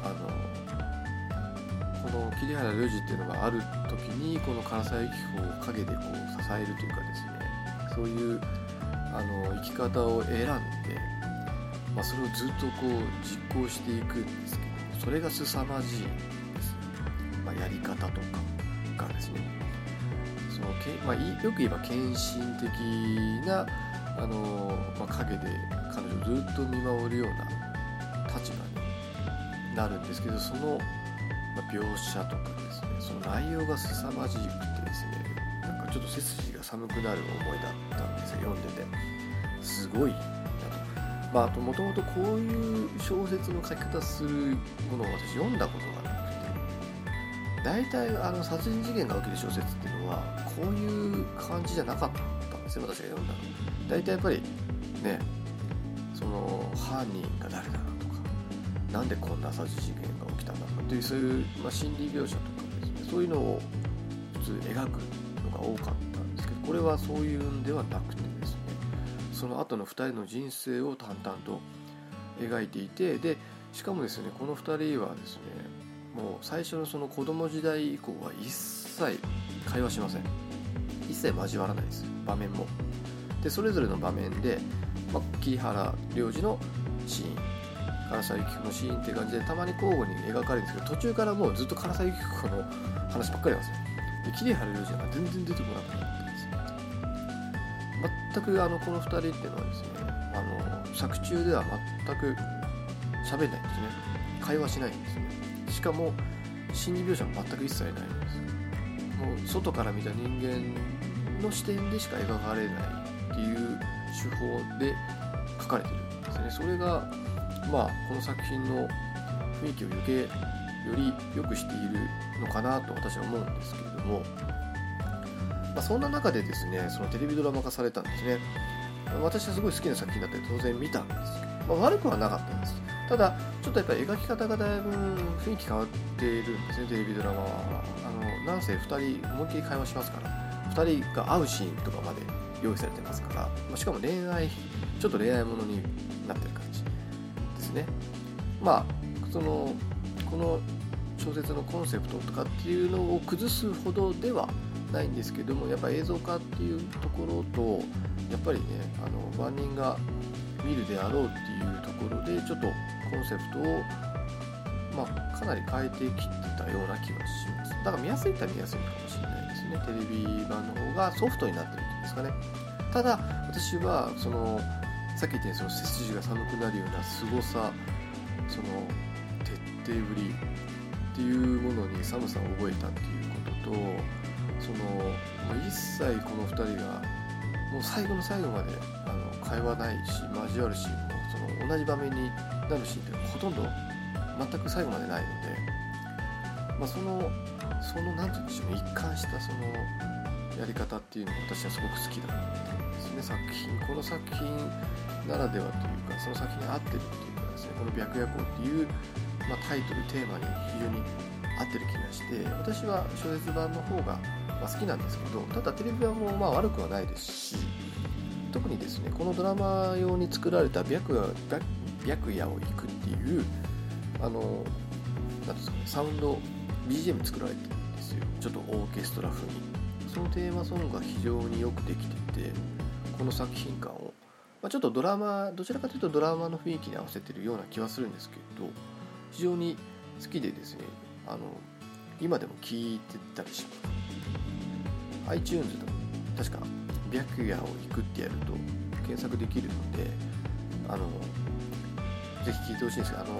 この桐原亮司っていうのがある時にこの唐沢幸穂を陰でこう支えるというかですね、そういう生き方を選んで、それをずっとこう実行していくんですけど、それが凄まじいんですよ。やり方とかがですね、よく言えば献身的な陰で彼女をずっと見守るような立場になるんですけど、その描写とかですね、その内容が凄まじくてですね、なんかちょっと背筋が寒くなる思いだったんですよ、読んでて。すごいなと。あともともとこういう小説の書き方するものを私読んだことがなくて、大体殺人事件が起きる小説っていうのはこういう感じじゃなかったんですよ、私が読んだの。大体やっぱりね、その犯人が誰だなとか、なんでこんな殺人事件が起きたんだとかという、そういう、心理描写とかですね、そういうのを普通描くのが多かったんですけど、これはそういうんではなくてですね、その後の2人の人生を淡々と描いていて、でしかもですねこの2人はですね、もう最初のその子供時代以降は一切会話しません。一切交わらないです、場面も。でそれぞれの場面で、桐原亮司のシーン、唐沢幸穂のシーンっていう感じでたまに交互に描かれるんですけど、途中からもうずっと唐沢幸穂の話ばっかりなんですよ。で桐原亮司が全然出てこなくなったんですよ。全くこの2人っていうのはですね、作中では全く喋んないんですね。会話しないんですね。しかも心理描写も全く一切ないんです。もう外から見た人間の視点でしか描かれないっていう手法で書かれてるんですね。それがこの作品の雰囲気をより良くしているのかなと私は思うんですけれども、そんな中でですね、そのテレビドラマ化されたんですね。私はすごい好きな作品だったり当然見たんですけど、悪くはなかったんです。ただちょっとやっぱり描き方がだいぶ雰囲気変わっているんですね、テレビドラマは。なんせ2人思いっきり会話しますから、 2人が会うシーンとかまで用意されてますから、しかもちょっと恋愛ものになってる感じですね。この小説のコンセプトとかっていうのを崩すほどではないんですけども、やっぱ映像化っていうところと、やっぱりね万人が見るであろうっていうところでちょっとコンセプトをかなり変えてきてたような気がします。だから見やすいったら見やすいかもしれないですね。テレビ版の方がソフトになってるっていうんですかね。ただ私はさっき言ったように背筋が寒くなるような凄さ、徹底ぶりっていうものに寒さを覚えたっていうことと、一切この2人がもう最後の最後まで会話ないし交わるシーンも同じ場面になるシーンってほとんど全く最後までないので、そのなんて言うんでしょうね、一貫したやり方っていうのが私はすごく好きだったんですね。この作品ならではというか、その作品に合ってるっていうかですね、この白夜行っていう、タイトルテーマに非常に合ってる気がして、私は小説版の方が好きなんですけど、ただテレビ版も悪くはないですし、特にですねこのドラマ用に作られた白夜を行くっていうなんですかね、サウンド BGM 作られてるんですよ。ちょっとオーケストラ風に。そのテーマソングが非常によくできてて、この作品感を、ちょっとどちらかというとドラマの雰囲気に合わせてるような気はするんですけど、非常に好きでですね、今でも聴いてたりします。 iTunes でも確か白夜を行くってやると検索できるので、ぜひ聴いてほしいんですが、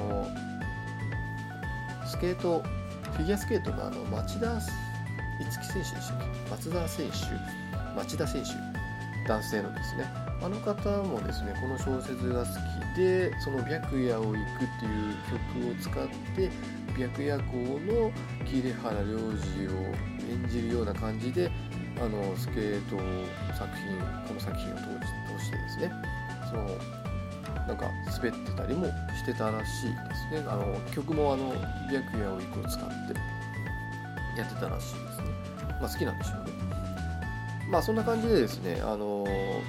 フィギュアスケートの町田選手でしたっけ、町田選手、男性のですね、方もですねこの小説が好きで、その白夜を行くっていう曲を使って白夜行の桐原亮司を演じるような感じでスケートこの作品を通してですね、なんか滑ってたりもしてたらしいですね。曲も白夜を行くを使ってやってたらしいですね。好きなんでしょうね。そんな感じでですね、なんていうん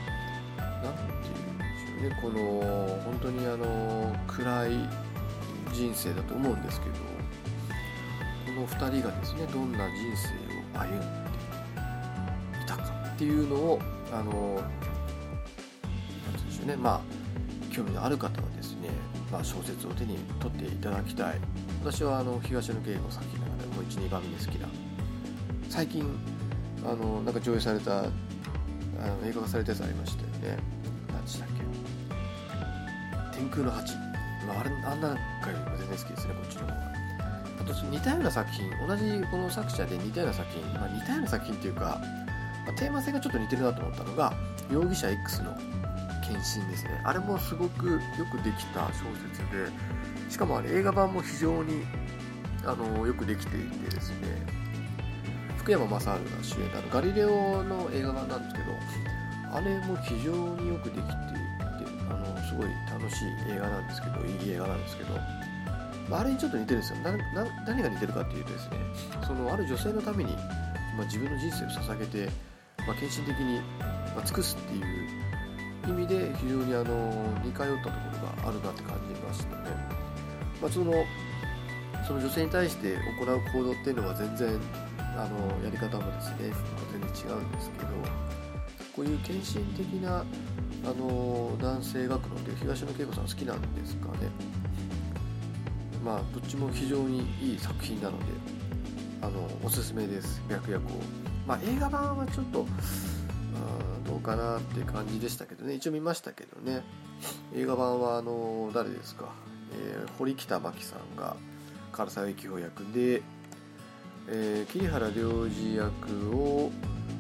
でしょうね、この本当に暗い人生だと思うんですけど、この2人がですねどんな人生を歩んでいたかっていうのをなんていうんでしょうね、興味のある方はですね、小説を手に取っていただきたい。私は東野圭吾の作品の中でも 1,2 番目に好きな、最近なんか上映された映画化されたやつありましたよね。何でしたっけ、天空の蜂、あんな回よりも全然好きですね、こっちの方が。あと似たような作品、同じこの作者で似たような作品、似たような作品っていうか、テーマ性がちょっと似てるなと思ったのが容疑者 X の献身ですね。あれもすごくよくできた小説で、しかも映画版も非常によくできていてですね、福山雅治が主演のガリレオの映画版なんですけど、あれも非常によくできていて、すごい楽しい映画なんですけど、いい映画なんですけど、あれにちょっと似てるんですよ。何が似てるかっていうとですね、ある女性のために、自分の人生を捧げて、献身的に、尽くすっていう意味で非常に似通ったところがあるなって感じましたね。その女性に対して行う行動っていうのは全然やり方もですね全然違うんですけど、こういう献身的な男性描くので東野圭吾さん好きなんですかね。どっちも非常にいい作品なのでおすすめです。白夜行、映画版はちょっとどうかなっていう感じでしたけどね、一応見ましたけどね。映画版は誰ですか、堀北真希さんが唐沢幸穂役で、桐原亮司役を、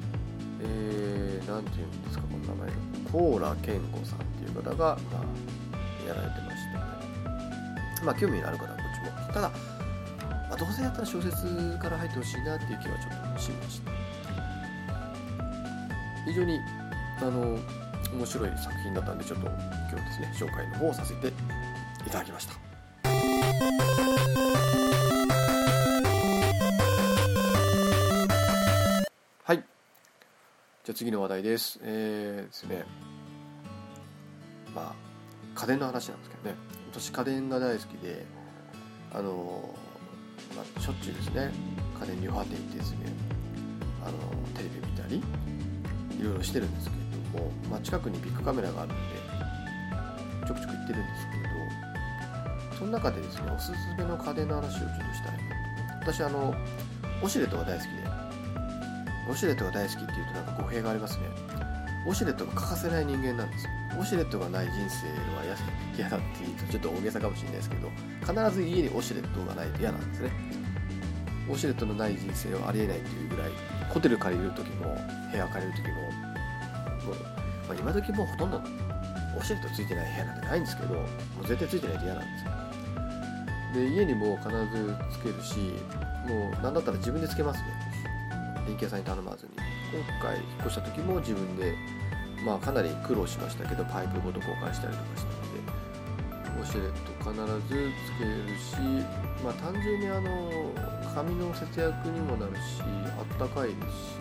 なんていうんですかこの名前、高良健吾さんっていう方が、やられてましたね。興味のある方はこっちも、ただ、どうせやったら小説から入ってほしいなっていう気はちょっとしました。非常に面白い作品だったんで、ちょっと今日ですね紹介の方をさせていただきました。はい、 じゃあ次の話題です。ですね、家電の話なんですけどね、私家電が大好きで、しょっちゅうですね、家電量販店行ってですね、テレビ見たりいろいろしてるんですけれども、近くにビッグカメラがあるんでちょくちょく行ってるんですけれど、その中でですね、おすすめの家電の話をちょっとしたいなと。私ウォシュレットが大好きで、ウォシュレットが大好きっていうとなんか語弊がありますね。ウォシュレットが欠かせない人間なんですよ。ウォシュレットがない人生は嫌だっていうとちょっと大げさかもしれないですけど、必ず家にウォシュレットがないと嫌なんですね。ウォシュレットのない人生はありえないっていうぐらい、ホテル借りる時も部屋借りる時も今時もうほとんどウォシュレットついてない部屋なんてないんですけど、もう絶対ついてないと嫌なんですよ。で、家にも必ずつけるし、もう何だったら自分でつけますね。電気屋さんに頼まずに。今回引っ越した時も自分でかなり苦労しましたけど、パイプごと交換したりとかしたのでウォシュレット必ずつけるし、単純に髪の節約にもなるし、あったかいです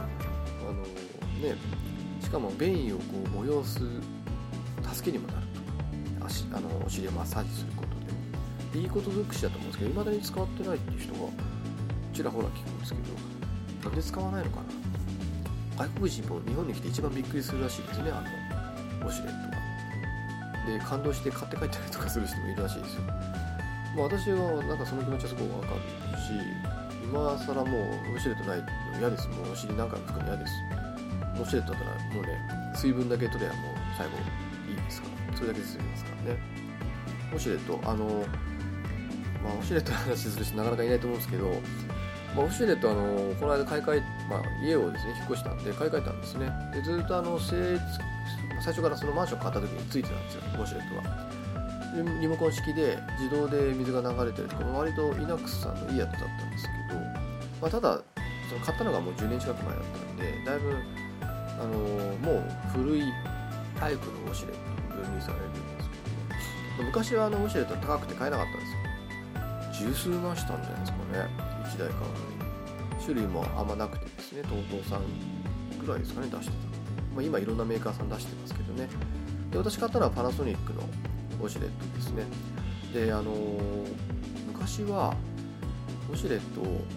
し、しかも便意を催す助けにもなると。お尻をマッサージすることでいいこと尽くしだと思うんですけど、未だに使ってないっていう人がちらほら聞くんですけど、なんで使わないのかな。外国人も日本に来て一番びっくりするらしいですね、ウォシュレットが。で、感動して買って帰ったりとかする人もいるらしいですよ。私はなんかその気持ちはすごくわかるし、今更もうウォシュレットないの嫌です。もうお尻何回も拭くの嫌です。ウォシュレットだったらもうね、水分だけ取ればもう最後いいですから、それだけで済みますからね。ウォシュレットウォシュレットの話する人なかなかいないと思うんですけど、ウォシュレットこの間買い替え、家をですね引っ越したんで買い替えたんですね。で、ずっと最初からそのマンション買った時についてたんですよ、ウォシュレットが。でリモコン式で自動で水が流れてるとか、割とイナックスさんのいいやつだったんですけど、ただその買ったのがもう10年近く前だったんで、だいぶもう古いタイプのウォシュレットに分類されるんですけど、昔はウォシュレット高くて買えなかったんですよ。十数万したんじゃないですかね、1台買うのに。種類もあんまなくてですね、TOTOさんぐらいですかね、出してた。今いろんなメーカーさん出してますけどね。で、私買ったのはパナソニックのウォシュレットですね。で、昔はウォシュレットを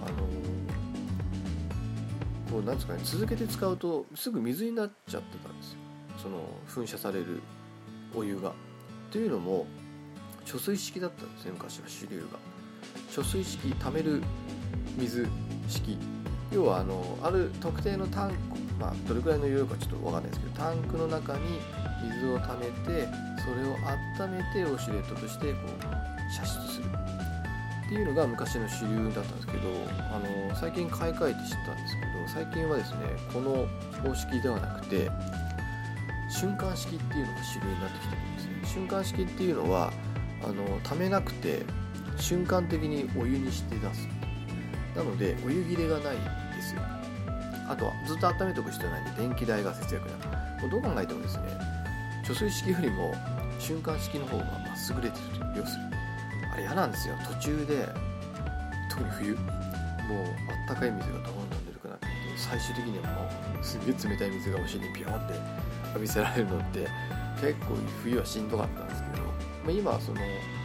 なんですかね、続けて使うとすぐ水になっちゃってたんですよ、その噴射されるお湯が。というのも貯水式だったんですね、昔は主流が。貯水式、溜める水式、要はある特定のタンク、どれくらいの量かちょっと分かんないですけど、タンクの中に水を溜めて、それを温めてウォシュレットとして射出するっていうのが昔の主流だったんですけど、最近買い替えて知ったんですけど、最近はですね、この方式ではなくて瞬間式っていうのが主流になってきてるんですね。瞬間式っていうのは溜めなくて瞬間的にお湯にして出す。なのでお湯切れがないんですよ。あとはずっと温めておく必要ないんで電気代が節約になる。どう考えてもですね、貯水式よりも瞬間式の方が優れてる。要するにあれ嫌なんですよ、途中で。特に冬、もうあったかい水がどんどん出るくなって最終的にはもうすげえ冷たい水がお尻にピョーって浴びせられるのって結構冬はしんどかったんですけど、今はその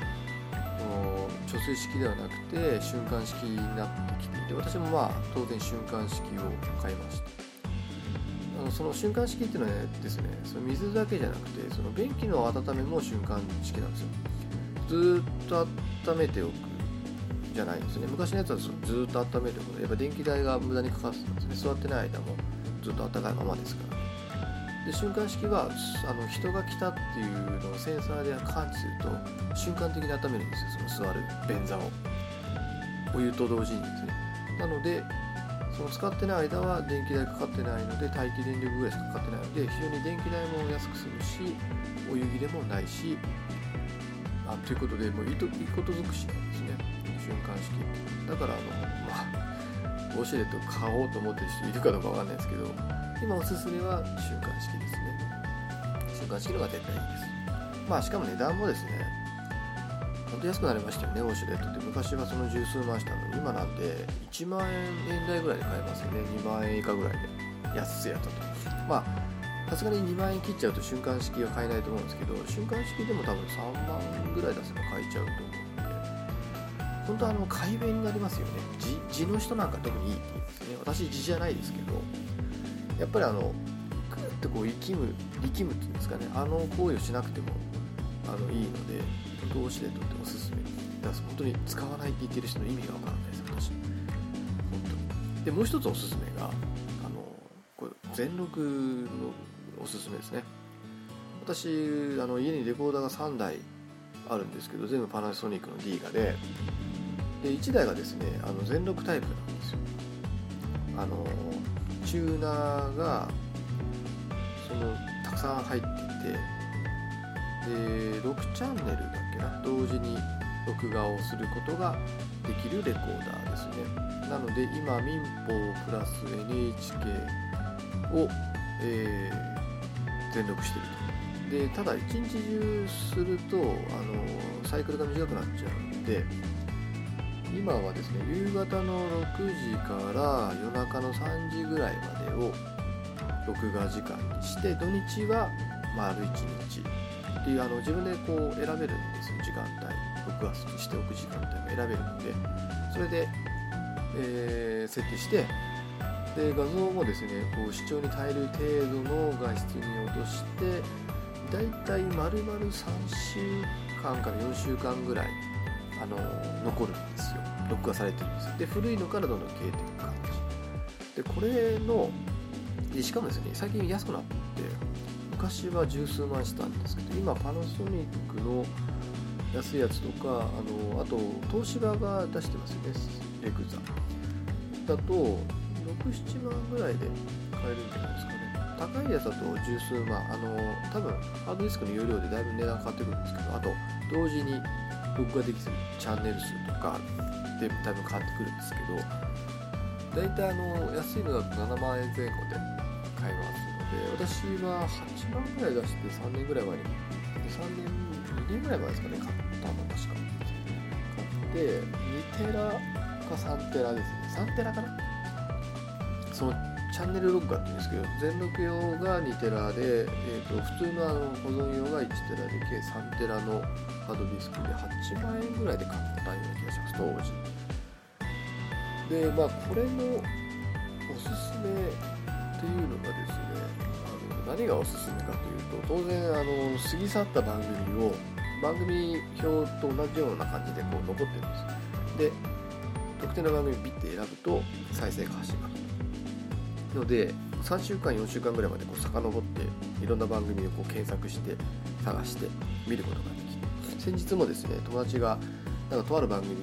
貯水式ではなくて瞬間式になってきていて、私も当然瞬間式を買いました。その瞬間式っていうのはですね、その水だけじゃなくてその便器の温めも瞬間式なんですよ。ずっと温めておくじゃないんですね。昔のやつはずっと温めておくので、やっぱ電気代が無駄にかかってたんですね。座ってない間もずっと温かいままですから。で、瞬間式は人が来たっていうのをセンサーで感知すると瞬間的に温めるんですよ、その座る便座をお湯と同時にですね。なのでその使ってない間は電気代かかってないので、待機電力ぐらいしかかかってないので、非常に電気代も安くするし、お湯切れもないし、ということでもういいこと尽くしなんですね、瞬間式って。だからウォシュレット買おうと思ってる人いるかどうかわかんないですけど、今おすすめは瞬間式ですね。瞬間式のが絶対いいです。しかも値段もですね、本当安くなりましたよね、ウォシュレットって。昔はその十数万したのに、今なんで1万円台ぐらいで買えますよね。2万円以下ぐらいで。 安いやつだと、まあさすがに2万円切っちゃうと瞬間式は買えないと思うんですけど、瞬間式でも多分3万ぐらい出せば買えちゃうと思うんで、本当買い弁になりますよね。地の人なんか特にいいって言いますね。私地じゃないですけど、やっぱりグーってこう力むっていうんですかね、行為をしなくてもいいので、本当ウォシュレットっておすすめ。だから本当に使わないって言ってる人の意味がわからないです、私。本当に。でもう一つおすすめがこれ全録のおすすめですね。私家にレコーダーが3台あるんですけど、全部パナソニックの D がで1台がですね全録タイプなんですよ。チューナーがたくさん入っていて、で6チャンネルだっけな、同時に録画をすることができるレコーダーですね。なので今民放プラス NHK を、全録していると。でただ一日中するとサイクルが短くなっちゃうので、今はですね夕方の6時から夜中の3時ぐらいまでを録画時間にして、土日は丸1日っていう自分でこう選べるんですよ。時間帯、録画しておく時間帯も選べるので、それで、設定して、で画像もですねこう視聴に耐える程度の画質に落として、だいたい丸々3週間から4週間ぐらい残るんですよ。録画されてるんですよ。で古いのからどんどん消えていく感じで、これのしかもですね最近安くなって、昔は十数万したんですけど、今パナソニックの安いやつとかあと東芝が出してますよね。レクザだと6、7万ぐらいで買えるんじゃないですかね。高いやつだと十数万、多分ハードディスクの容量でだいぶ値段変わってくるんですけど、あと同時に録画できるチャンネル数とかでだいぶ変わってくるんですけど、だいたい安いのだと7万円前後で買えますので、私は8万ぐらい出して3年ぐらい前に2年ぐらい前ですかね、買ったの確か買って2テラか3テラですね、3テラかな。そのチャンネル録画って言うんですけど、全録用が2テラで、普通の保存用が1テラで計3テラのハードディスクで8万円ぐらいで買ったような気がします、当時で。これのおすすめっていうのがですね、何がおすすめかというと、当然過ぎ去った番組を番組表と同じような感じでこう残ってるんですよ。で特定の番組をビッて選ぶと再生開始がので、3週間4週間ぐらいまでこう遡っていろんな番組をこう検索して探して見ることができて、先日もですね友達がなんかとある番組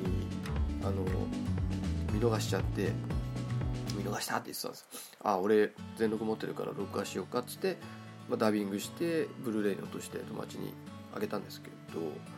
見逃しちゃって、見逃したって言ってたんです。俺全録持ってるから録画しようかっつって、ダビングしてブルーレイに落として友達にあげたんですけど、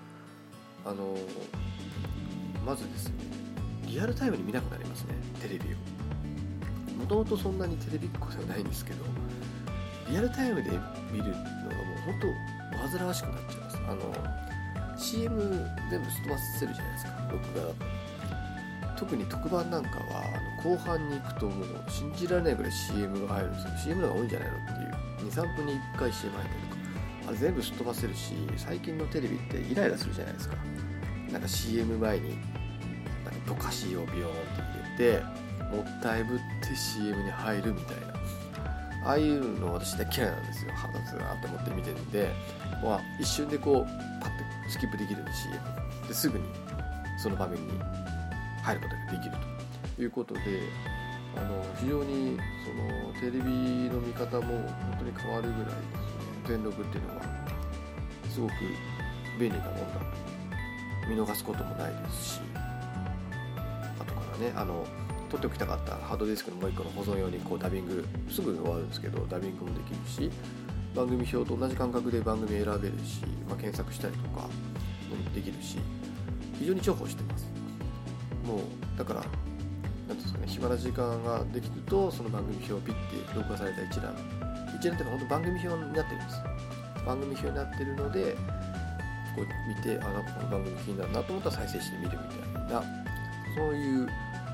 まずですねリアルタイムに見なくなりますね、テレビを。もともとそんなにテレビっ子ではないんですけど、リアルタイムで見るのがもう本当煩わしくなっちゃいます。CM 全部すっ飛ばせるじゃないですか、録画だと。特に特番なんかは後半に行くともう信じられないぐらい CM が入るんですよ。 CM の方が多いんじゃないのっていう、 2,3 分に1回 CM 入ったりとか、あれ全部すっ飛ばせるし、最近のテレビってイライラするじゃないですか。なんか CM 前になんかぼかしをビヨーンって入れてもったいぶって CM に入るみたいな、ああいうの私大嫌いなんですよ。腹立つなって思って見てるんで、一瞬でこうパッてスキップできるんで CM ですぐにその場面に入ることができるということで、非常にそのテレビの見方も本当に変わるぐらいですね、全録っていうのはすごく便利なもんだと、見逃すこともないですし、後からね撮っておきたかったハードディスクのもう一個の保存用にこうダビングすぐ終わるんですけど、ダビングもできるし、番組表と同じ感覚で番組選べるし、検索したりとかもできるし、非常に重宝してます。もうだからなんですかね、暇な時間ができるとその番組表をピッて録画された一覧っていうのは本当番組表になってるんです。番組表になってるのでこう見て、なんかこの番組気になるなと思ったら再生してみるみたいな、そういう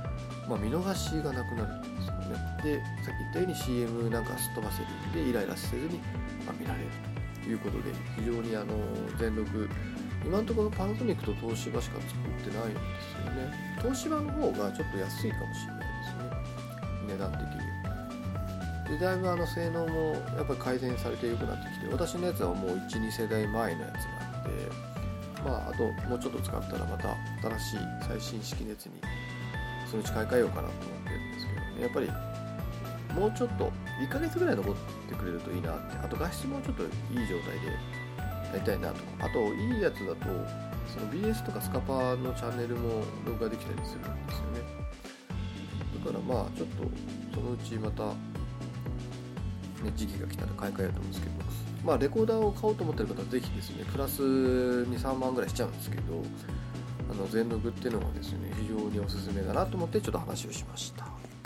見逃しがなくなるんですよね。でさっき言ったように CM なんかすっ飛ばせるんでイライラせずに、見られるということで、非常に全録、今のところパナソニックと東芝しか作ってないんですよね。東芝の方がちょっと安いかもしれないですね、値段的に。でだいぶ性能もやっぱり改善されて良くなってきて、私のやつはもう 1,2 世代前のやつなんで、あともうちょっと使ったらまた新しい最新式のやつにそのうち買い替えようかなと思ってるんですけどね。やっぱりもうちょっと1ヶ月ぐらい残ってくれるといいなって、あと画質もちょっといい状態でやりたいなとか、あといいやつだとその BS とかスカパーのチャンネルも録画できたりするんですよね。だからちょっとそのうちまた、時期が来たら買い替えようと思うんですけど、レコーダーを買おうと思ってる方はぜひですね、プラス 2,3 万ぐらいしちゃうんですけど、全録っていうのがですね非常におすすめだなと思ってちょっと話をしました。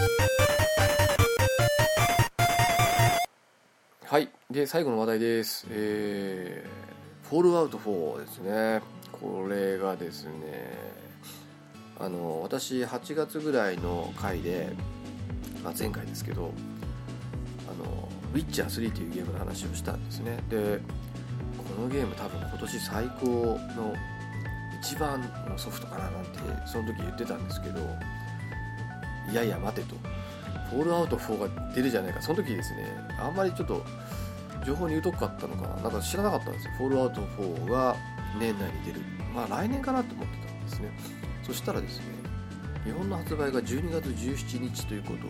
はい、で最後の話題です。フォールアウト4ですね。これがですね、私8月ぐらいの回で、前回ですけど、ウィッチャー3というゲームの話をしたんですね。でこのゲーム多分今年最高の一番のソフトかななんてその時言ってたんですけど、いやいや待てと、フォールアウト4が出るじゃないか。その時ですね、あんまりちょっと情報に疎かったのかな、なんか知らなかったんですよ。フォールアウト4が年内に出る、来年かなと思ってたんですね。そしたらですね、日本の発売が12月17日ということを知って、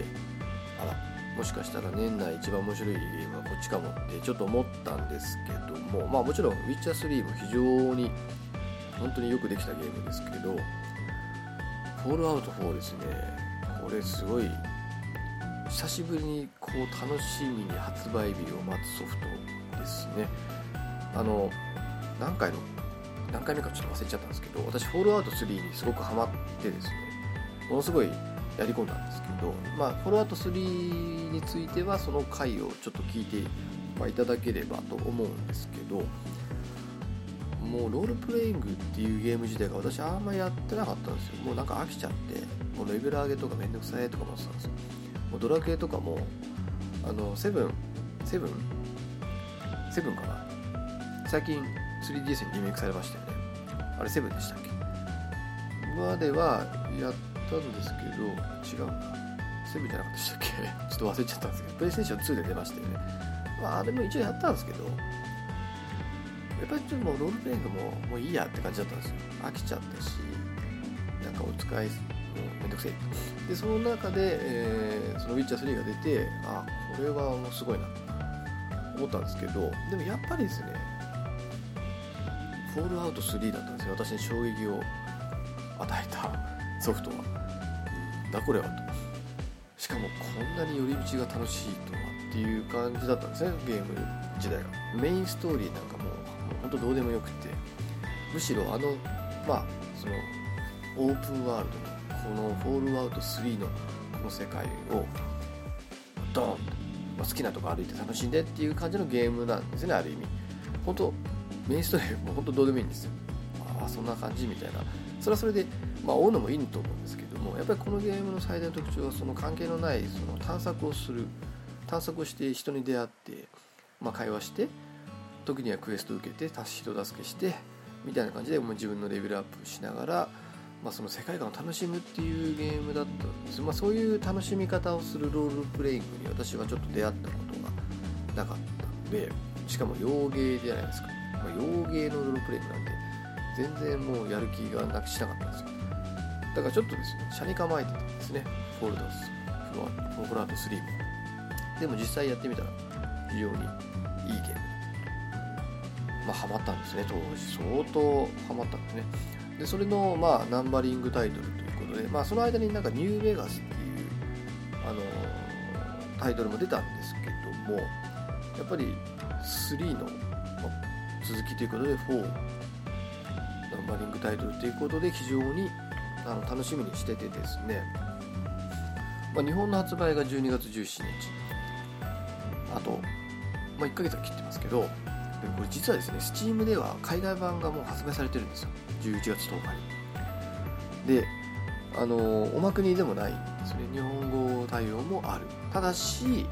もしかしたら年内一番面白いゲームはこっちかもってちょっと思ったんですけども、もちろんウィッチャー3も非常に本当によくできたゲームですけど、フォールアウト4ですね、これすごい久しぶりに楽しみに発売日を待つソフトですね。何回目かちょっと忘れちゃったんですけど、私フォールアウト3にすごくハマってですね、ものすごいやり込んだんですけど、フォールアウト3についてはその回をちょっと聞いて、いただければと思うんですけど、もうロールプレイングっていうゲーム自体が私あんまりやってなかったんですよ。もうなんか飽きちゃって、もうレベル上げとかめんどくさいとか思ってたんですよ。もうドラクエとかもセブンかな、最近 3DS にリメイクされましたよね。あれセブンでしたっけまではやったんですけど、違うな、セブンじゃなかったでしたっけちょっと忘れちゃったんですけど、プレイステーション2で出ましたよね。あれも一応やったんですけど、やっぱりちょっともうロールプレイングもういいやって感じだったんですよ。飽きちゃったし、なんかお使いめんどくせえ。でその中で、そのウィッチャー3が出て、これはもうすごいなと思ったんですけど、でもやっぱりですね、フォールアウト3だったんですよ、私に衝撃を与えたソフトは。これはと、しかもこんなに寄り道が楽しいとはっていう感じだったんですね、ゲーム自体が。メインストーリーなんかもう本当どうでもよくて、むしろそのオープンワールドのこのフォールアウト3のこの世界をドーンと、好きなとこ歩いて楽しんでっていう感じのゲームなんですね。ある意味本当メインストーリーも本当どうでもいいんですよ。そんな感じみたいな、それはそれで追うのもいいと思うんですけども、やっぱりこのゲームの最大の特徴はその関係のないその探索をして人に出会って、会話して、時にはクエストを受けて人助けしてみたいな感じで、もう自分のレベルアップしながら、その世界観を楽しむっていうゲームだったんです。そういう楽しみ方をするロールプレイングに私はちょっと出会ったことがなかったので、しかも洋ゲーじゃないですか。洋ゲーのロールプレイングなんで全然もうやる気がしなかったんですよ。だからちょっとですね、車に構えてたんですね、フォールアウト3も。でも実際やってみたら非常にいいゲームで、ハマったんですね。当時相当ハマったんですね。でそれのナンバリングタイトルということで、その間になんかニューベガスっていうタイトルも出たんですけども、やっぱり3の続きということで4ナンバリングタイトルということで非常に楽しみにしててですね、日本の発売が12月17日、あと、1ヶ月は切ってますけど、でこれ実はですね、Steam では海外版がもう発売されてるんですよ、11月10日に。でおまくにでもないんですね。日本語対応もある。ただし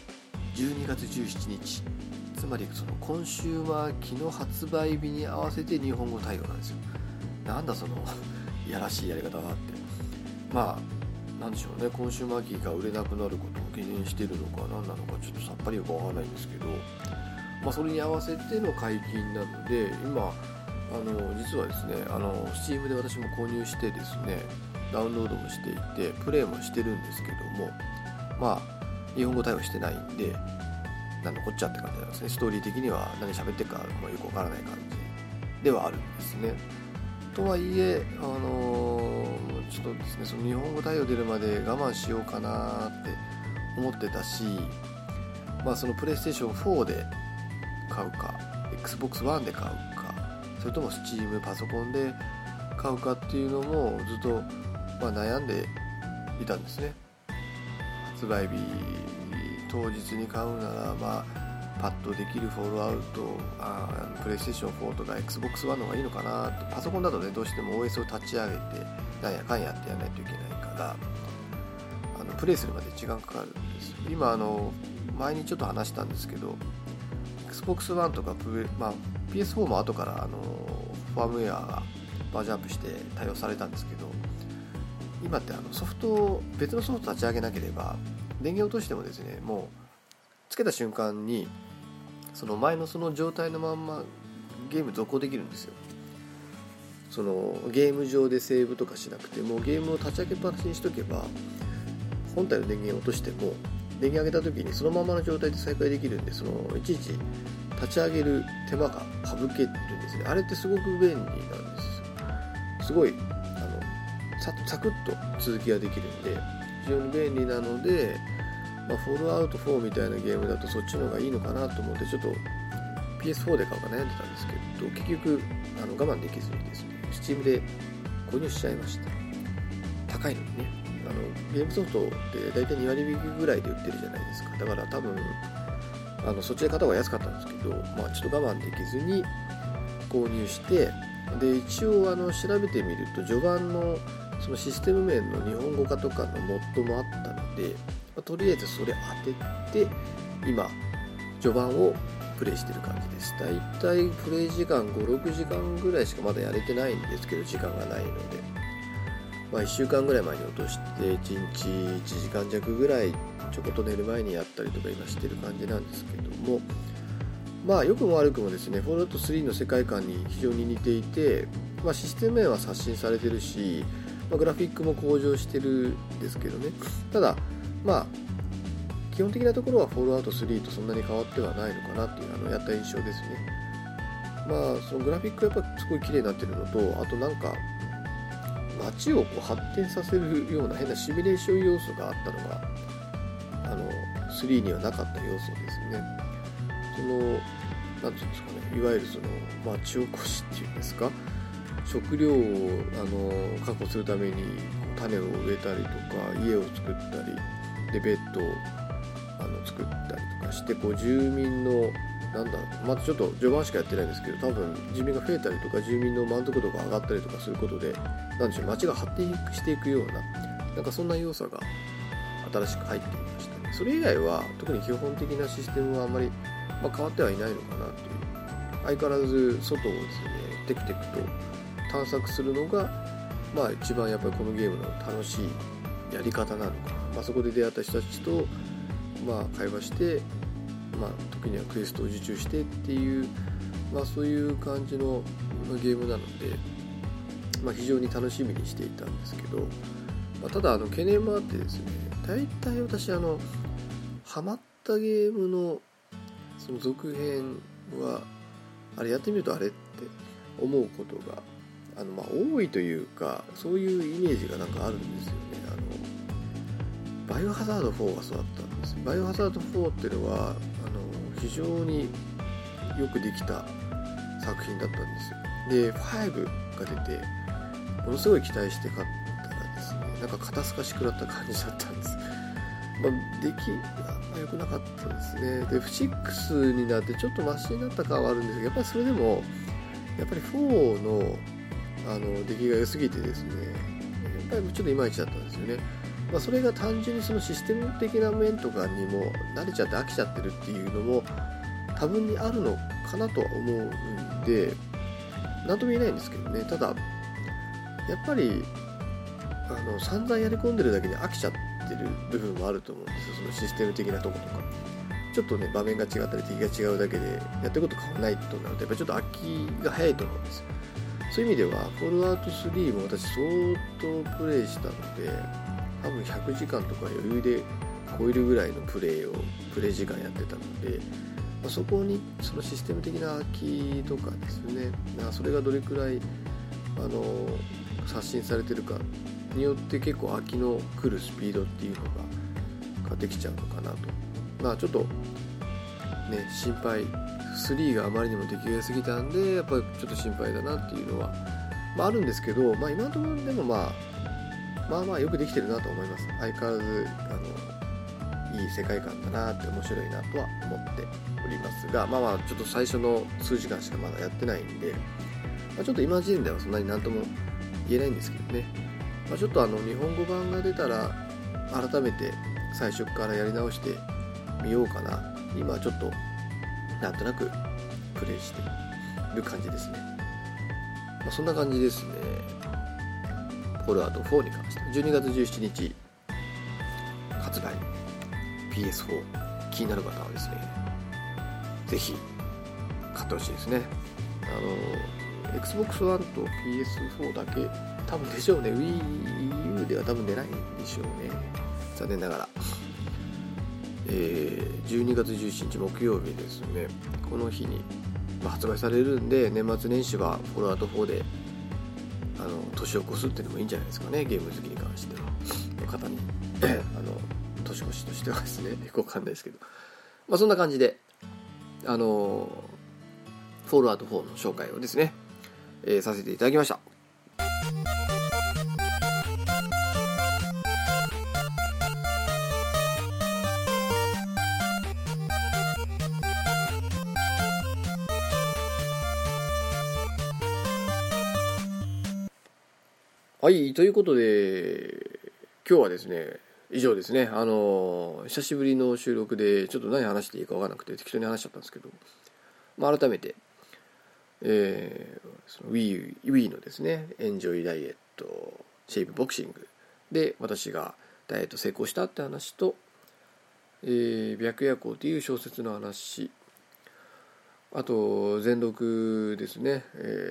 12月17日、つまりそのコンシューマー機の発売日に合わせて日本語対応なんですよ。なんだそのいやらしいやり方があって、まあなんでしょうね、コンシューマー機が売れなくなることを懸念しているのか何なのかちょっとさっぱりよくわからないんですけど、それに合わせての解禁なので、今実はですねSteam で私も購入してですねダウンロードもしていてプレイもしてるんですけども、日本語対応してないんでなんのこっちゃって感じなんですね。ストーリー的には何喋ってるかもよくわからない感じではあるんですね。とはいえちょっとですね、その日本語対応出るまで我慢しようかなって思ってたし、そのプレイステーション4で買うか Xbox One で買うか、それとも Steam パソコンで買うかっていうのもずっと悩んでいたんですね。発売日当日に買うならパッとできるフォローアウトプレイステーション4とか Xbox One の方がいいのかなと。パソコンだとねどうしても OS を立ち上げてなんやかんやってやらないといけないからプレイするまで時間かかるんですよ。今前にちょっと話したんですけど Xbox One とかPS4 も後からファームウェアがバージョンアップして対応されたんですけど、今って別のソフト立ち上げなければ電源を落としてもですね、もうつけた瞬間にその前のその状態のまんまゲーム続行できるんですよ。そのゲーム上でセーブとかしなくてもゲームを立ち上げっぱなしにしとけば本体の電源を落としても電源上げた時にそのままの状態で再開できるんで、いちいち立ち上げる手間が省けるんですね。あれってすごく便利なんですよ。すごいサクッと続きができるんで非常に便利なので、フォールアウト4みたいなゲームだとそっちの方がいいのかなと思ってちょっと PS4 で買うか悩んでたんですけど、結局我慢できずにですね Steam で購入しちゃいました。高いのにね、ゲームソフトって大体2割引きぐらいで売ってるじゃないですか。だから多分そっちで買った方が安かったんですけど、ちょっと我慢できずに購入して、で一応調べてみると序盤のそのシステム面の日本語化とかのモッドもあったので、とりあえずそれ当てて今序盤をプレイしてる感じです。だいたいプレイ時間 5,6 時間ぐらいしかまだやれてないんですけど、時間がないので1週間ぐらい前に落として1日1時間弱ぐらいちょこっと寝る前にやったりとか今してる感じなんですけども、良くも悪くもですねフォールアウト3の世界観に非常に似ていて、システム面は刷新されてるし、グラフィックも向上してるんですけどね。ただ基本的なところはフォールアウト3とそんなに変わってはないのかなっていうやった印象ですね。そのグラフィックはやっぱすごい綺麗になってるのと、あとなんか街を発展させるような変なシミュレーション要素があったのが3にはなかった要素ですね。なんていうんですかね、いわゆる町おこしっていうんですか、食料を確保するために種を植えたりとか家を作ったりでベッドを作ったりとかして住民のまだちょっと序盤しかやってないんですけど、多分住民が増えたりとか住民の満足度が上がったりとかすることで街が発展していくようなそんな要素が新しく入っていましたね。それ以外は特に基本的なシステムはあんまり、変わってはいないのかなという。相変わらず外をですねテクテクと探索するのが一番やっぱりこのゲームの楽しいやり方なのか。そこで出会った人たちと会話して、時にはクエストを受注してっていう、そういう感じのゲームなので、非常に楽しみにしていたんですけど、ただ懸念もあってですね、大体私ハマったゲームのその続編はやってみるとあれって思うことが多いというか、そういうイメージがあるんですよね。バイオハザード4がそうだったんです。バイオハザード4っていうのは非常によくできた作品だったんですよ。で5が出てものすごい期待して買ったらですね、肩透かし食らった感じだったんです。出来が良くなかったですね。で6になってちょっとマシになった感はあるんですけど、やっぱりそれでもやっぱり4の出来が良すぎてですね、 ぱりちょっといまいちだったんですよね。それが単純にそのシステム的な面とかにも慣れちゃって飽きちゃってるっていうのも多分にあるのかなとは思うんで、なんとも言えないんですけどね。ただやっぱり散々やり込んでるだけで飽きちゃってる部分もあると思うんですよ。そのシステム的なとことかちょっとね場面が違ったり敵が違うだけでやってること変わらないとなるとやっぱりちょっと飽きが早いと思うんですよ。そういう意味ではフォールアウト3も私相当プレイしたので多分100時間とか余裕で超えるぐらいのプレイ時間やってたので、そこにそのシステム的な空きとかですね、それがどれくらい刷新されてるかによって結構空きの来るスピードっていうのが変わってきちゃうのかなと。ちょっとね心配、3があまりにも出来が良すぎたんでやっぱりちょっと心配だなっていうのは、あるんですけど、今のところでもまあよくできてるなと思います。相変わらずいい世界観だなって面白いなとは思っておりますが、ちょっと最初の数時間しかまだやってないんで、ちょっと今時点ではそんなになんとも言えないんですけどね。ちょっと日本語版が出たら改めて最初からやり直してみようかな。今ちょっとなんとなくプレイしている感じですね。そんな感じですね。フォールアウト4に関して12月17日発売 PS4 気になる方はですねぜひ買ってほしいですね。Xbox One と PS4 だけ多分でしょうね。 Wii U では多分出ないんでしょうね、残念ながら。12月17日木曜日ですね。この日に発売されるんで、年末年始はフォールアウト4で年を越すっていうのもいいんじゃないですかね。ゲーム好きに関しての方に年越しとしてはですね、よくわかんないですけど、そんな感じでフォールアウト4の紹介をですね、させていただきました。はい、ということで今日はですね以上ですね。久しぶりの収録でちょっと何話していいか分からなくて適当に話しちゃったんですけど、改めて、その Wii のですねエンジョイダイエットシェイプボクシングで私がダイエット成功したって話と、白夜行という小説の話、あと全録ですね、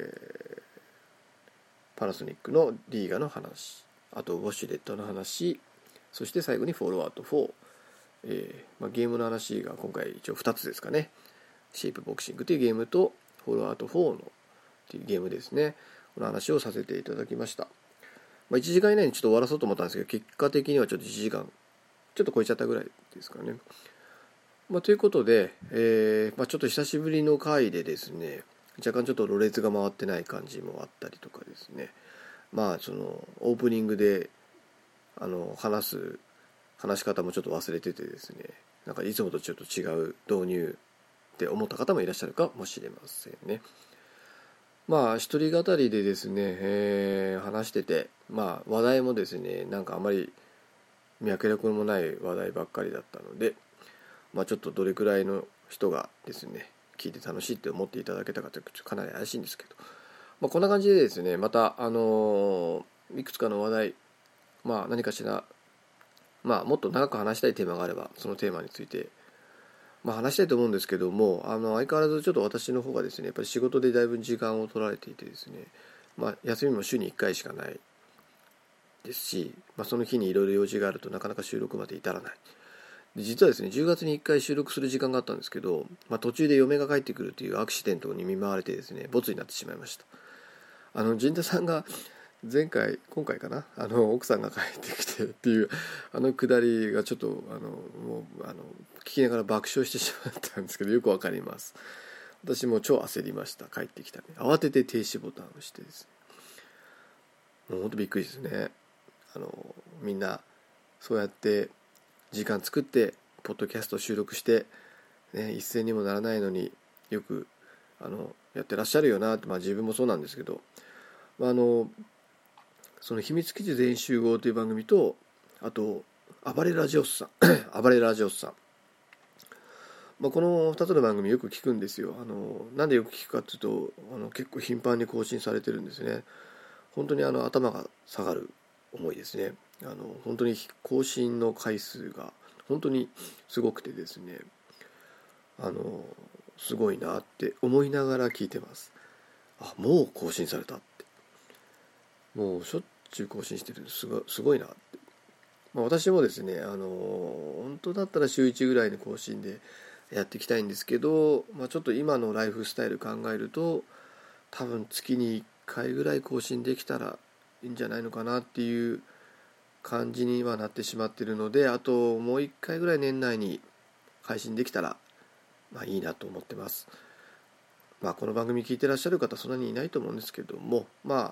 パナソニックのリーガの話、あとウォシュレットの話、そして最後にフォールアウト4、ゲームの話が今回一応2つですかね。シェイプボクシングというゲームとフォールアウト4のっていうゲームですね。この話をさせていただきました。1時間以内にちょっと終わらそうと思ったんですけど、結果的にはちょっと1時間ちょっと超えちゃったぐらいですかね。ということで、ちょっと久しぶりの回でですね、若干ちょっとろれつが回ってない感じもあったりとかですね、そのオープニングで話し方もちょっと忘れててですね、なんかいつもとちょっと違う導入って思った方もいらっしゃるかもしれませんね。一人語りでですね、話してて、話題もですね、なんかあまり脈絡もない話題ばっかりだったので、ちょっとどれくらいの人がですね聞いて楽しいって思っていただけたかというとかなり怪しいんですけど、こんな感じでですね、またいくつかの話題、何かしらもっと長く話したいテーマがあればそのテーマについて話したいと思うんですけども、相変わらずちょっと私の方がですねやっぱり仕事でだいぶ時間を取られていてですね、休みも週に1回しかないですし、その日にいろいろ用事があるとなかなか収録まで至らない。で実はですね10月に1回収録する時間があったんですけど、途中で嫁が帰ってくるというアクシデントに見舞われてですねボツになってしまいました。陣田さんが今回かな、奥さんが帰ってきてっていうくだりがちょっともう聞きながら爆笑してしまったんですけど、よくわかります。私も超焦りました。帰ってきたね、慌てて停止ボタンを押してですね、もうほんとびっくりですね。みんなそうやって時間作ってポッドキャスト収録して、一銭にもならないのによくやってらっしゃるよなって、自分もそうなんですけど、 その秘密基地全員集合という番組と、あと暴れラジオスさん暴れラジオスさん、この2つの番組よく聞くんですよ。なんでよく聞くかっていうと、結構頻繁に更新されてるんですね。本当に頭が下がる思いですね。本当に更新の回数が本当にすごくてですね、すごいなって思いながら聞いてます。もう更新されたって、もうしょっちゅう更新してる、すごいなって。私もですね、本当だったら週1ぐらいの更新でやっていきたいんですけど、ちょっと今のライフスタイル考えると、多分月に1回ぐらい更新できたらいいんじゃないのかなっていう感じにはなってしまっているので、あともう1回ぐらい年内に配信できたらいいなと思ってます。この番組聞いてらっしゃる方そんなにいないと思うんですけども、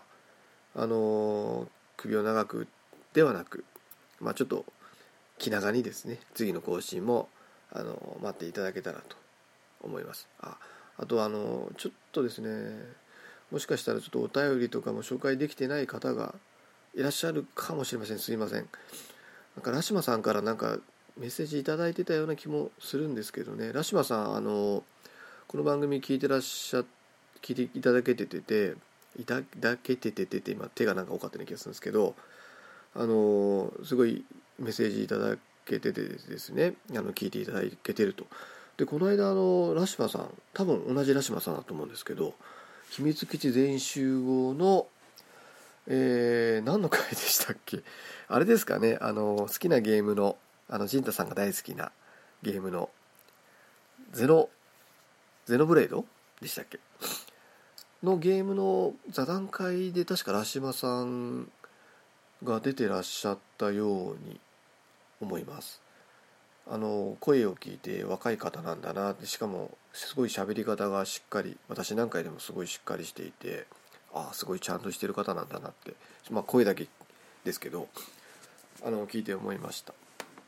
首を長くではなく、ちょっと気長にですね、次の更新も待っていただけたらと思います。あとちょっとですね、もしかしたらちょっとお便りとかも紹介できてない方がいらっしゃるかもしれません。すいません。ラシマさんからメッセージいただいてたような気もするんですけどね。ラシマさんこの番組聞いていただけてて今手が多かったような気がするんですけど、すごいメッセージいただけててですね、聞いていただけてると。でこの間ラシマさん、多分同じラシマさんだと思うんですけど、秘密基地全員集合の何の回でしたっけ、あれですかね、好きなゲームのジンタさんが大好きなゲームのゼノブレードでしたっけのゲームの座談会で、確かラシマさんが出てらっしゃったように思います。声を聞いて若い方なんだなって、しかもすごい喋り方がしっかり、私なんかでもすごいしっかりしていて、すごいちゃんとしてる方なんだなって、声だけですけど聞いて思いました。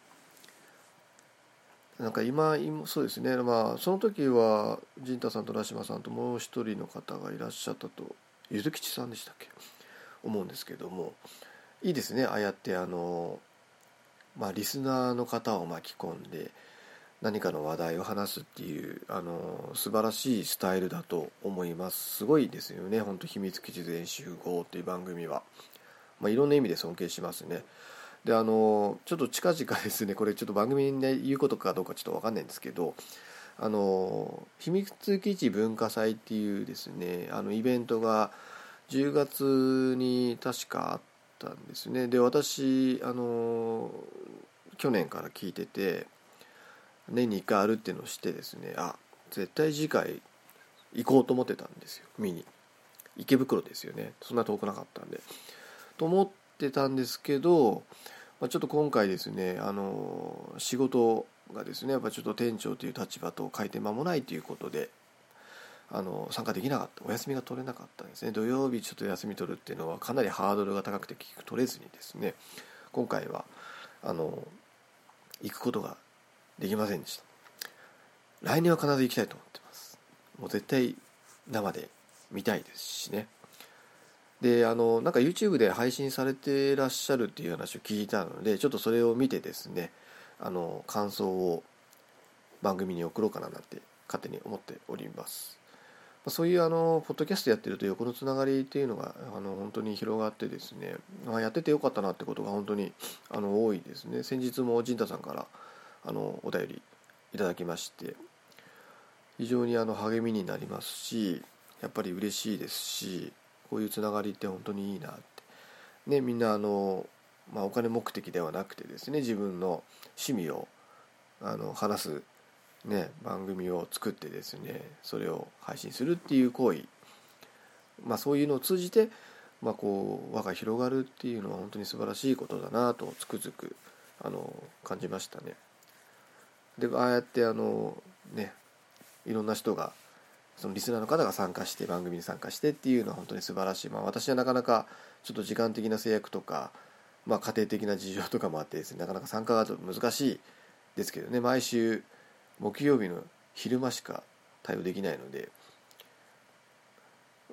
今そうですね、その時は陣太さんとラシマさんともう一人の方がいらっしゃったと、ゆずきちさんでしたっけ、思うんですけども、いいですね、ああやってリスナーの方を巻き込んで何かの話題を話すっていう素晴らしいスタイルだと思います。すごいですよね、本当秘密基地全集合っていう番組は、いろんな意味で尊敬しますね。でちょっと近々ですね、これちょっと番組で言うことかどうかちょっと分かんないんですけど、秘密基地文化祭っていうですねイベントが10月に確かあったんですね。で私去年から聞いてて、年に1回あるっていうのを知ってですね、絶対次回行こうと思ってたんですよ、見に。池袋ですよね、そんな遠くなかったんでと思ってたんですけど、ちょっと今回ですね仕事がですね、やっぱちょっと店長という立場と開店間もないということで参加できなかった、お休みが取れなかったんですね。土曜日ちょっと休み取るっていうのはかなりハードルが高くて結局取れずにですね、今回は行くことができませんでした。来年は必ず行きたいと思ってます。もう絶対生で見たいですしね。でYouTube で配信されてらっしゃるっていう話を聞いたので、ちょっとそれを見てですね感想を番組に送ろうかななんて勝手に思っております。そういうポッドキャストやってると横のつながりっていうのが本当に広がってですね、やっててよかったなってことが本当に多いですね。先日も陣太さんからお便りいただきまして、非常に励みになりますし、やっぱり嬉しいですし、こういうつながりって本当にいいなってね。みんなお金目的ではなくてですね、自分の趣味を話すね番組を作ってですね、それを配信するっていう行為、そういうのを通じてこう輪が広がるっていうのは本当に素晴らしいことだなとつくづく感じましたね。でああやっていろんな人が、そのリスナーの方が参加して、番組に参加してっていうのは本当に素晴らしい。私はなかなかちょっと時間的な制約とか、家庭的な事情とかもあってですね、なかなか参加が難しいですけどね、毎週木曜日の昼間しか対応できないので、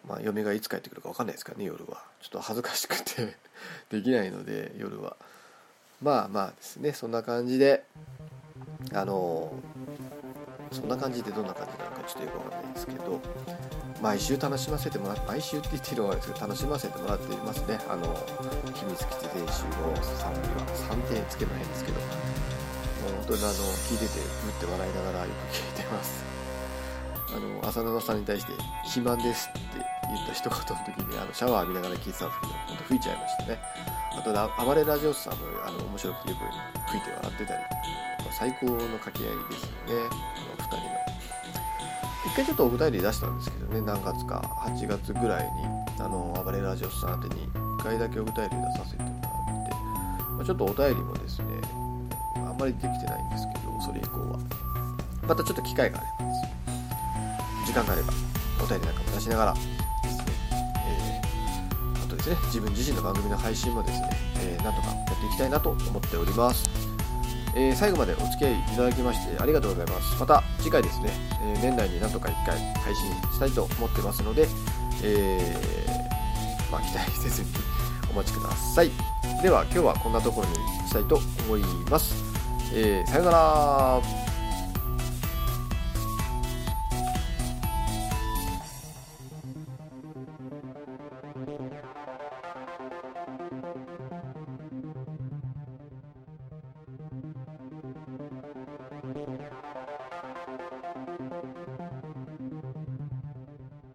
嫁がいつ帰ってくるか分かんないですからね、夜はちょっと恥ずかしくてできないので、夜はですね、そんな感じでそんな感じでどんな感じなのかちょっとよく分かんないですけど、毎週楽しませてもらって、毎週って言ってるのがあるんですけど、楽しませてもらっていますね。秘密基地全集の賛美は3点つけないんですけど、もう本当に聞いててぶって笑いながらよく聞いてます。浅沼さんに対して肥満ですって言った一言の時にシャワー浴びながら聞いてたんですけど、本当吹いちゃいましたね。あと暴れラジオスさんも面白くてよく吹いて笑ってたり、最高の掛け合いですよね、2人の。一回ちょっとお二人出したんですけどね、何月か8月ぐらいに暴れラジオスさん宛てに1回だけお二人で出させてもらって、ちょっとお便りもですねあんまりできてないんですけど、それ以降はまたちょっと機会があればですね、時間があればお便りなんかも出しながらですね、あとですね、自分自身の番組の配信もですね、なんとかやっていきたいなと思っております。最後までお付き合いいただきましてありがとうございます。また次回ですね、年内になんとか1回配信したいと思ってますので、期待せずにお待ちください。では今日はこんなところにしたいと思います。さよなら。